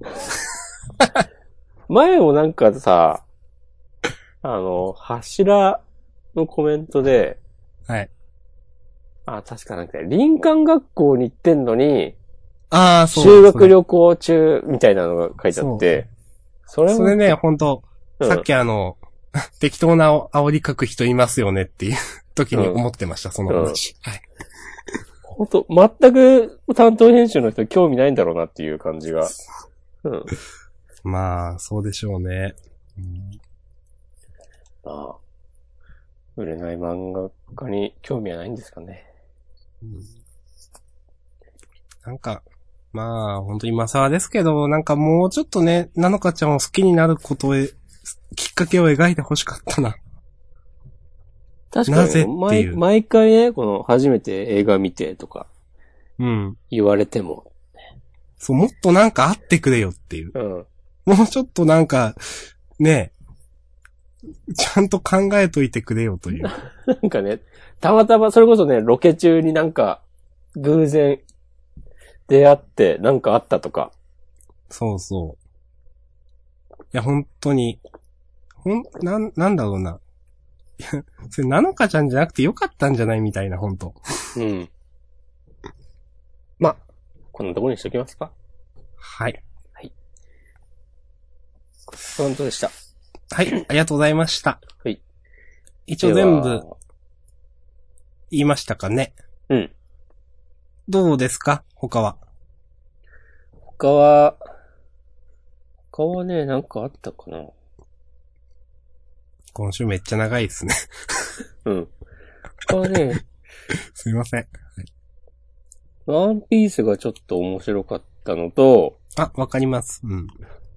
前もなんかさ、あの、柱のコメントで、 はい。 あ、確かなんか、林間学校に行ってんのに、 ああ、そう。 修学旅行中みたいなのが書いてあって、 それそれね、ほんと、うん、さっきあの、適当な煽り書く人いますよねっていう時に思ってました、うん、その話。うん、はい。 ほんと、全く担当編集の人興味ないんだろうなっていう感じが。うん、 まあ、そうでしょうね。うん、 ああ。売れない漫画家に興味はないんですかね。 うん、なんか、まあ、ほんと今更ですけど、なんかもうちょっとね、なのかちゃんを好きになることへ、きっかけを描いて欲しかったな。 確かに、なぜっていう。毎、毎回ね、この初めて映画見てとか、 うん。 言われても、 そう、もっとなんかあってくれよっていう。 うん。 もうちょっとなんか、ね、ちゃんと考えといてくれよという。 なんかね、たまたまそれこそね、ロケ中になんか、偶然、出会ってなんかあったとか。 そうそう。いや、本当に、ほん、なん、なんだろうな。いや、それ、なのかちゃんじゃなくてよかったんじゃないみたいな、本当。 うん。ま、こんなところにしときますか。 はい。 はい。本当でした。 はい、ありがとうございました。 はい。 一応全部、言いましたかね。 うん。 どうですか他は。 他は、他はね、なんかあったかな。 今週めっちゃ長いですね。 うん。他はね、 すいません。 ワンピースがちょっと面白かったのと、 あ、わかります。うん。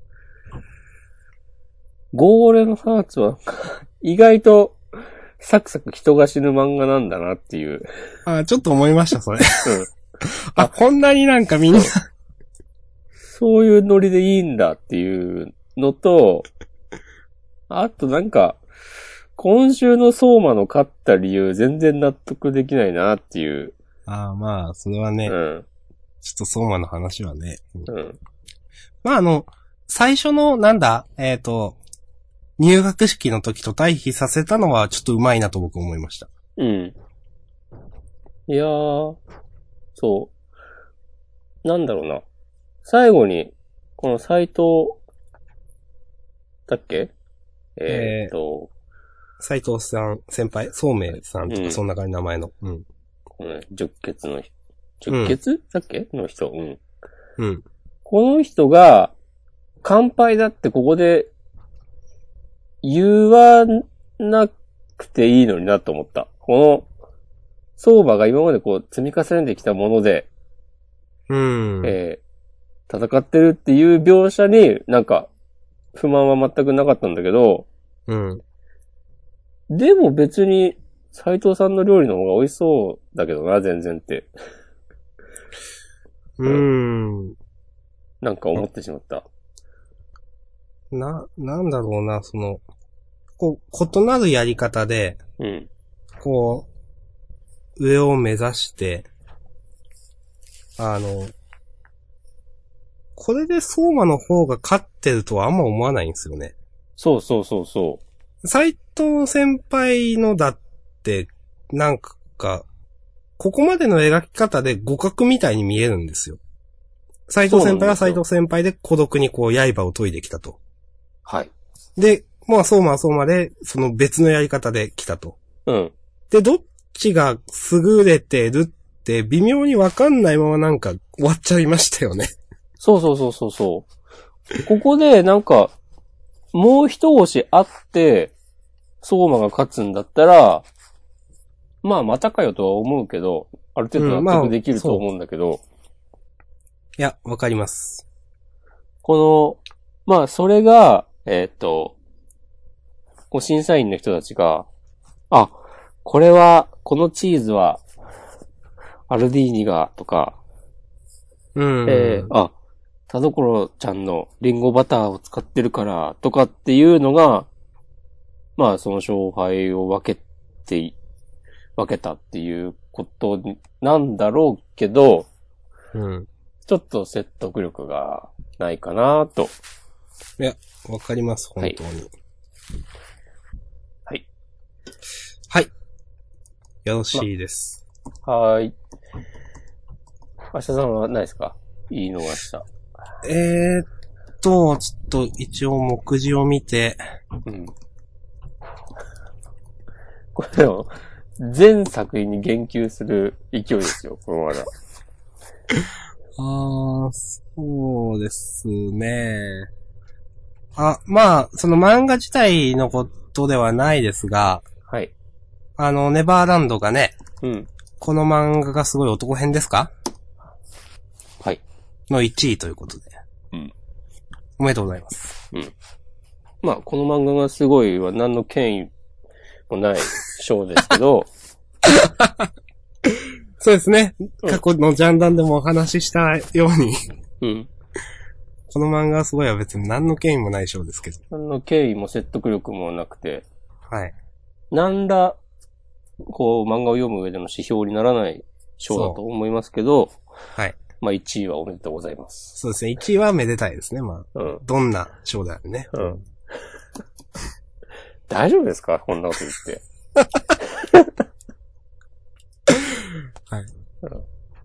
ゴーレムハーツは、意外と、サクサク人が死ぬ漫画なんだなっていう。 あ、ちょっと思いました、それ。 うん。 あ、こんなになんかみんな。 そういうノリでいいんだっていうのと、あとなんか、今週の相馬の勝った理由全然納得できないなっていう。 ああ、まあ、それはね。 うん。 ちょっと相馬の話はね。 うん。 まああの、最初の、なんだ、えっと、入学式の時と対比させたのはちょっと上手いなと僕思いました。 うん。いやー、そう。なんだろうな。最後に、この斎藤、だっけえー、っと、 斎藤さん、先輩、聡明さんとかそんな感じの名前の。うん。 このね、十血の人。十血、うん、だっけの人。うん。 うん。 この人が、乾杯だってここで、 言わなくていいのになと思った。この、相場が今までこう積み重ねてきたもので、 うん。 えー、戦ってるっていう描写になんか不満は全くなかったんだけど、 うん。 でも別に斉藤さんの料理の方が美味しそうだけどな、全然って。 うーん。 なんか思ってしまった。 な、なんだろうな、その、こう、異なるやり方で、 うん。 こう、上を目指して、あの、これで相馬の方が勝ってるとはあんま思わないんですよね。 そうそうそうそう。 斉藤先輩のだって、なんか、ここまでの描き方で互角みたいに見えるんですよ。斉藤先輩は斉藤先輩で孤独にこう刃を研いできたと。 はい。 で、まあ相馬は相馬で、その別のやり方で来たと。 うん。で、 どっちが優れてるって微妙にわかんないままなんか終わっちゃいましたよね。 そうそうそうそうそう。ここでなんか、もう一押しあって、相馬が勝つんだったら、まあまたかよとは思うけど、ある程度納得できると思うんだけど。うんまあ、 いや、わかります。 この、まあそれが、えー、っと、こう審査員の人たちが、あ、これは、このチーズは、アルディーニが、とか、 うん。 えー、あ、田所ちゃんのリンゴバターを使ってるから、とかっていうのが、まあその勝敗を分けて、分けたっていうことなんだろうけど、 うん。 ちょっと説得力がないかなと。 いや、わかります、本当に。 はい。 はい。よろしいです。 ま、はーい。明日さんは何ですか？言い逃した。 えーっと、ちょっと一応目次を見て。 うん。これを全作品に言及する勢いですよ、このまだ。 あー、そうですね。あ、まあ、その漫画自体のことではないですが、 はい。 あの、ネバーランドがね、 うん。 この漫画がすごい男編ですか？ はい。 のいちいということで。 うん。 おめでとうございます。 うん。まあ、この漫画がすごいは何の権威もない賞ですけど。 そうですね。過去のジャンダンでもお話ししたように。 うん。 この漫画はすごいは別に何の権威もない賞ですけど。 何の権威も説得力もなくて。 はい。 何ら、こう、漫画を読む上での指標にならない賞だと思いますけど。 はい。 まあ、いちいはおめでとうございます。 そうですね。いちいはめでたいですね。まあ。うん。どんな賞だよね。 うん。大丈夫ですかこんなこと言って。 はい。うん、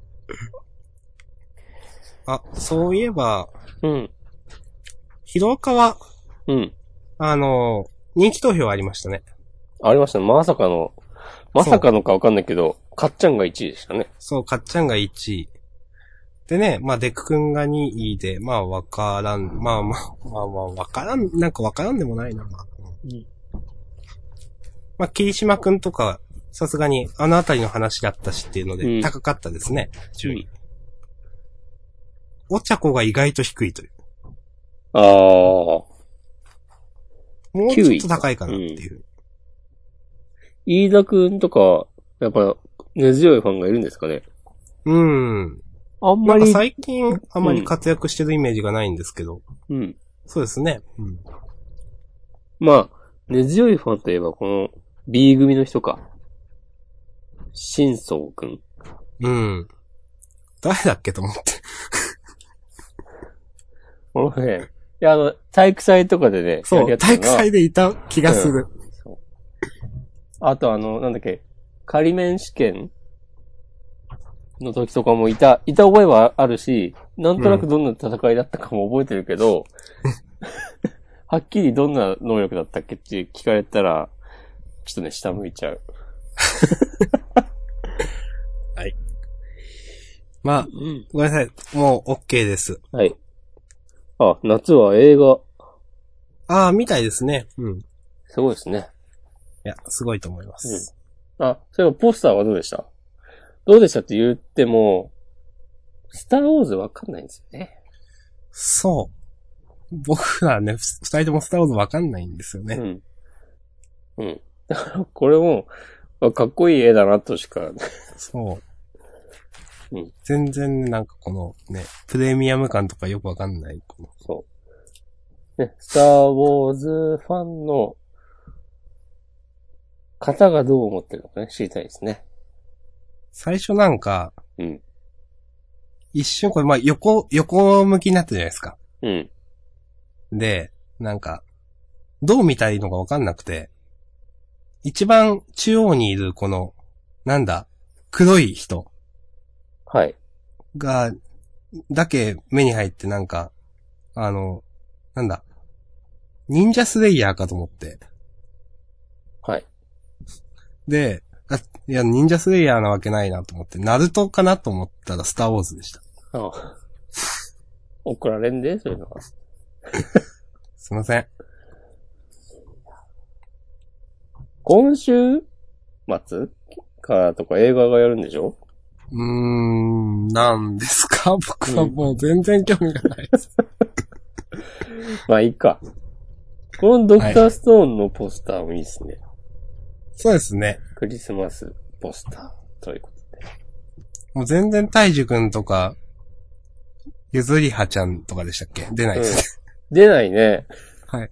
あ、そういえば、 うん。 ヒロアカは、 うん。 あの、人気投票ありましたね。 ありましたね。まさかの、まさかのかわかんないけど、かっちゃんがいちいでしたね。 そう、かっちゃんがいちい。でね、まあ、デク君がにいで、まあ、わからん、まあまあ、まあまあ、わからん、なんかわからんでもないな、まあ。うん、まあ、霧島くんとか、さすがに、あのあたりの話だったしっていうので、高かったですね、順位。お茶子が意外と低いという。 ああ。 もうちょっと高いかなっていう。うん、 飯田くんとか、やっぱ、根強いファンがいるんですかね。 うん。 あんまり。 なんか最近、あんまり活躍してるイメージがないんですけど。 うん。 そうですね。うん。 まあ、根強いファンといえば、この B 組の人か。新宗くん。 うん。誰だっけと思って。 このね、いや、あの、体育祭とかでね、 そう、体育祭でいた気がする。うん、そうあとあの、なんだっけ、仮免試験の時とかもいた、いた覚えはあるし、なんとなくどんな戦いだったかも覚えてるけど、うん、はっきりどんな能力だったっけって聞かれたら、ちょっとね、下向いちゃう。 はい。まあ、うん、ごめんなさい。もう OK です。 はい。あ、夏は映画。 ああ、みたいですね。うん。 すごいですね。 いや、すごいと思います。 うん、あ、そういえばポスターはどうでした？どうでしたって言っても、スターウォーズわかんないんですよね。 そう。僕はね、二人ともスターウォーズわかんないんですよね。 うん。うん。だからこれも、かっこいい絵だなとしか。 そう。 うん。 全然なんかこのね、プレミアム感とかよくわかんない。このそう。ね、スターウォーズファンの方がどう思ってるのかね、知りたいですね。 最初なんか、 うん。 一瞬これ、まあ、横、横向きになったじゃないですか。 うん。 で、なんか、どう見たらいいのかわかんなくて、一番中央にいるこの、なんだ、黒い人。 はい。 が、だけ目に入ってなんか、あの、なんだ、忍者スレイヤーかと思って。 はい。 で、あ、いや、忍者スレイヤーなわけないなと思って、ナルトかなと思ったらスターウォーズでした。 ああ。怒られんで、そういうのは。 すいません。 今週末かとか映画がやるんでしょ？ うーん、なんですか？僕はもう全然興味がないです。 うん、まあいいか。このドクターストーンのポスターもいいですね。はい、 そうですね。 クリスマスポスターということで。 もう全然大樹くんとか、ゆずりはちゃんとかでしたっけ？出ないですね、 うん。出ないね。 はい。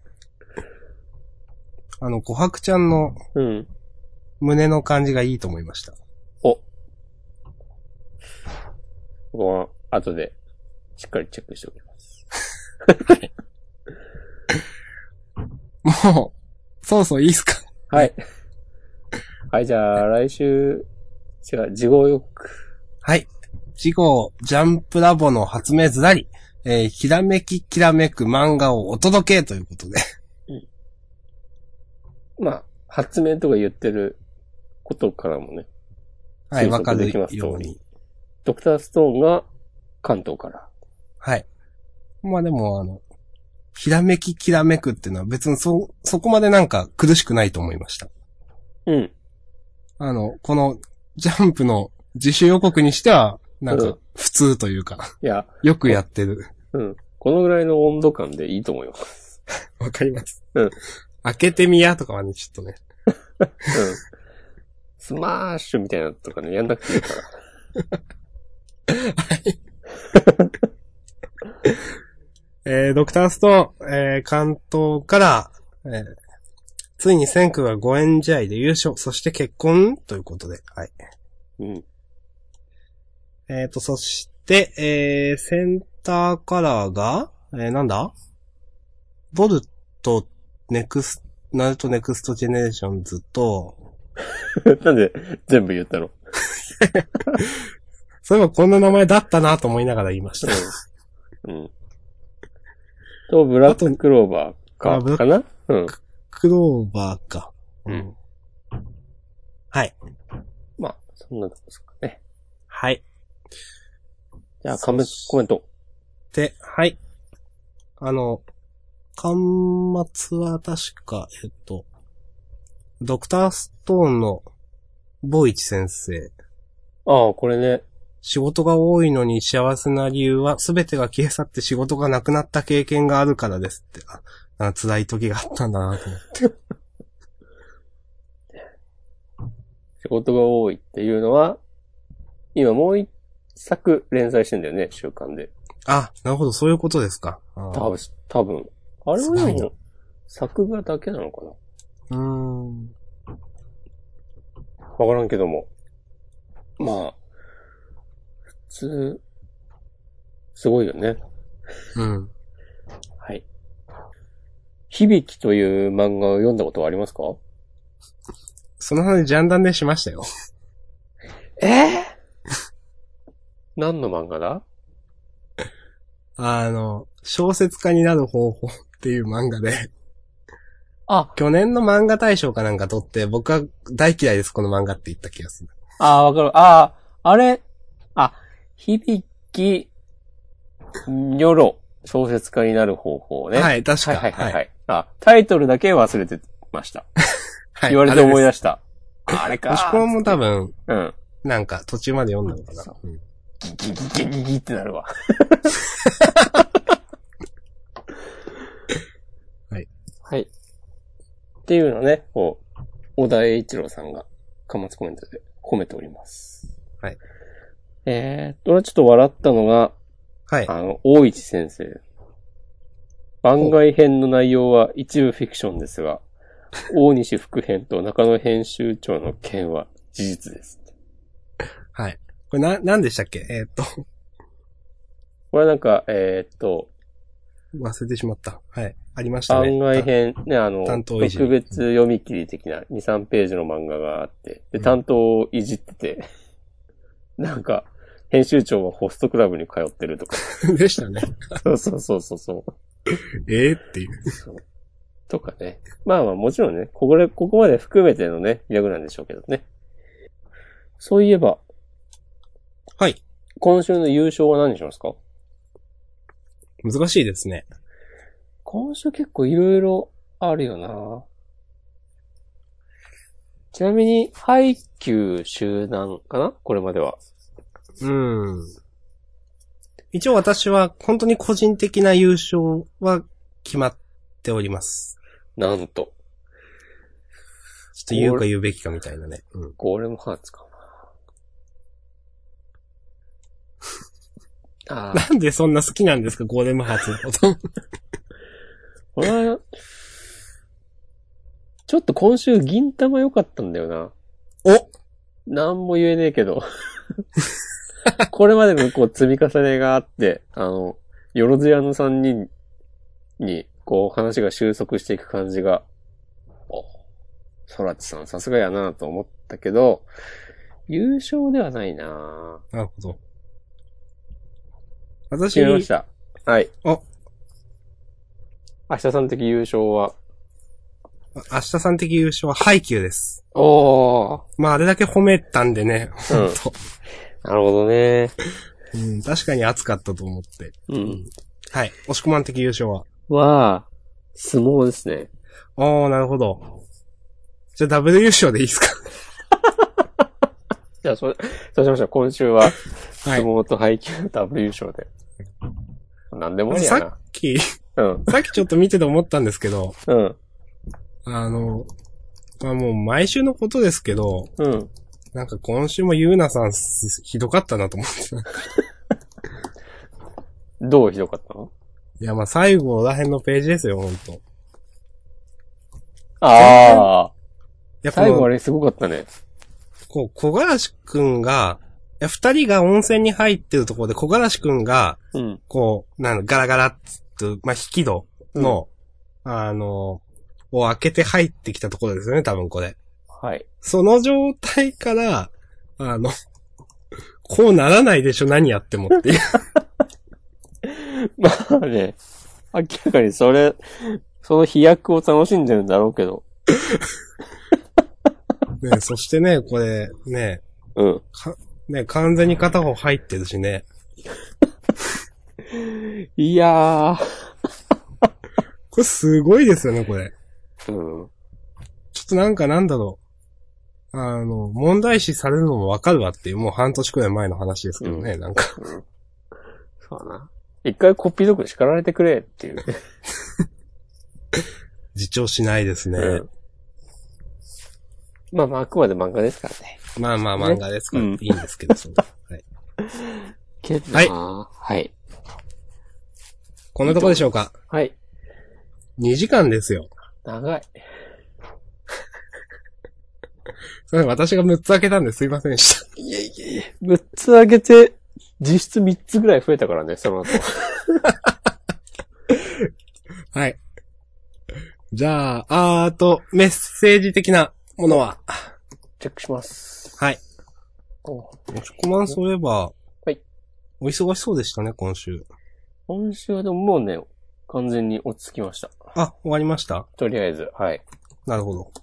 あの、琥珀ちゃんの、 うん。 胸の感じがいいと思いました。 お。ここは、後で、しっかりチェックしておきます。 はい。もう、そうそういいっすか？ はい。はい、じゃあ、来週、違う、次号予告。 はい。次号、ジャンプラボの発明ずらり、えー、ひらめききらめく漫画をお届けということで。 うん、まあ、発明とか言ってることからもね。 はい、わかるように。 ドクターストーンが関東から。 はい。まあでも、あの、ひらめききらめくっていうのは別にそ、そこまでなんか苦しくないと思いました。 うん。 あの、このジャンプの自主予告にしては、なんか普通というか、 うん、いや、 よくやってる。 うん。このぐらいの温度感でいいと思います。 わかります。 うん。 開けてみやとかはね、ちょっとね。 うん。スマッシュみたいなのとかね、やんなくていいから。 はい。えー、ドクターストーン、えー、関東から、えー、ついに千空がごえん試合で優勝、そして結婚ということで、はい。 うん。 えーと、そして、えー、センターカラーが、えー、なんだボルト、ネクス、ナルトネクストジェネレーションズと、 なんで全部言ったの？ そういえばこんな名前だったなと思いながら言いました。 うん。うん。と、ブラッククローバーか、かかな？うん。 クローバーか。 うん。 はい。 まあ、そんなとこですかね。 はい。 じゃあ、コメント。 で、はい。あの、端末は確か、えっと、ドクターストーンのボイチ先生。 ああ、これね。 仕事が多いのに幸せな理由は全てが消え去って仕事がなくなった経験があるからですって。ああ辛い時があったんだなと思って。 仕事が多いっていうのは、今もう一作連載してんだよね、週刊で。 あ、なるほど、そういうことですか。 多分、多分。あれはでも、作画だけなのかな？うーん。わからんけども。まあ、普通、すごいよね。 うん。 はい。響きという漫画を読んだことはありますか？ その話ジャンダンでしましたよ。 えー、何の漫画だ？ あの、小説家になる方法っていう漫画で。 あ、 去年の漫画大賞かなんか取って、僕は大嫌いです、この漫画って言った気がする。 ああ、わかる。ああ、あれ、あ、響き、にょろ、小説家になる方法ね。 はい、確か。 はいはいはい、はい。あ、タイトルだけ忘れてました。 はい。 言われて思い出した。あ, あれか。 もしくはもう多分、 うん。 なんか途中まで読んだのかな。うん、 ギギギギギギってなるわ。 はい。 はい。っていうのね、こう、小田栄一郎さんが、端末コメントで褒めております。 はい。 えーっと、俺ちょっと笑ったのが、 はい。 あの、大市先生。番外編の内容は一部フィクションですが、大西副編と中野編集長の件は事実です。 はい。これな、何でしたっけ？えー、っと。 これなんか、えー、っと。 忘れてしまった。はい。ありましたね。 番外編、ね、あの、 担当いじり特別読み切り的なに、さんページの漫画があって、で、担当をいじってて、うん、なんか、編集長はホストクラブに通ってるとか。 でしたね。 そうそうそうそうそう。 ええっていう。 そう。とかね。まあまあもちろんね、ここで、ここまで含めてのね、ギャグなんでしょうけどね。そういえば。 はい。 今週の優勝は何にしますか？ 難しいですね。 今週結構いろいろあるよな。ちなみに、ハイキュー集団かな？これまでは。 うん。一応私は本当に個人的な優勝は決まっております。 なんと。 ちょっと言うか言うべきかみたいなね。 うん。ゴーレムハーツかな。あなんでそんな好きなんですか、ゴーレムハーツのこと。 これは、ちょっと今週銀玉良かったんだよな。 おなんも言えねえけど。これまでのこう積み重ねがあって、あの、よろずやのさんにんに、こう話が収束していく感じが、お、ソラチさんさすがやなと思ったけど、優勝ではないな。 なるほど。私、 決めました。はい。 お。 明日さん的優勝は明日さん的優勝はハイキューです。 おー。 まああれだけ褒めたんでね、 うん、ほんと。なるほどね。 うん、確かに熱かったと思って。 うん。 はい。押し込まん的優勝はは、相撲ですね。 おー、なるほど。じゃあダブル優勝でいいですか？ じゃあ、そ、そうしましょう。今週は、相撲と配球のダブル優勝で。はい、なんでもいいやな。 さっき、 うん。 さっきちょっと見てて思ったんですけど、 うん。 あの、まあもう毎週のことですけど、 うん。 なんか今週もゆうなさんひどかったなと思って。 どうひどかったの？ いやまあ最後らへんのページですよ、ほんと。 ああ。最後あれすごかったね。 こう、小柄しくんが、いや、二人が温泉に入ってるところで小柄しくんが、 うん、 こう、なんガラガラっつって、まあ、引き戸の、うん、あの、を開けて入ってきたところですよね、多分これ。 はい。 その状態から、あの、こうならないでしょ、何やってもっていう。 まあね、明らかにそれ、その飛躍を楽しんでるんだろうけど。 ね、そしてね、これ、ね、 うん。 か、ね、完全に片方入ってるしね。 いやー。 これすごいですよね、これ。 うん。 ちょっとなんかなんだろう。あの、問題視されるのもわかるわっていう、もう半年くらい前の話ですけどね、うん、なんか、うん。 そうだな。一回コピー読叱られてくれっていう。 自重しないですね。うん、 まあまあ、あくまで漫画ですからね。 まあまあ漫画ですからいいんですけど、そのはい。 けどはい。はい。 こんなとこでしょうか。 はい。 にじかんですよ。 長い。 それ私がむっつ開けたんですいませんでした。 いやいやいや、むっつ開けて、実質みっつぐらい増えたからね、その後。 はい。じゃあ、あーと、メッセージ的なものはチェックします。 はい。おしこまんそういえば、 はい。 お忙しそうでしたね、今週。 今週はでももうね、完全に落ち着きました。 あ、終わりました？ とりあえず、はい。なるほど。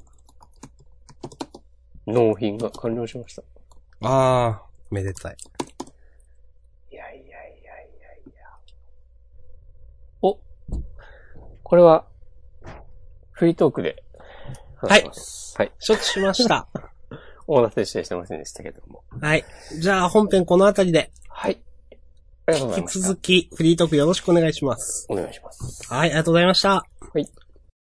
納品が完了しました。 あー、めでたい。 いやいやいやいやいや。お、これは、フリートークではい。 はい。 承知しました。 お待たせしてませんでしたけども。 はい。じゃあ本編このあたりで。 はい。ありがとうございます。引き続きフリートークよろしくお願いします。 お願いします。 はい、ありがとうございました。 はい。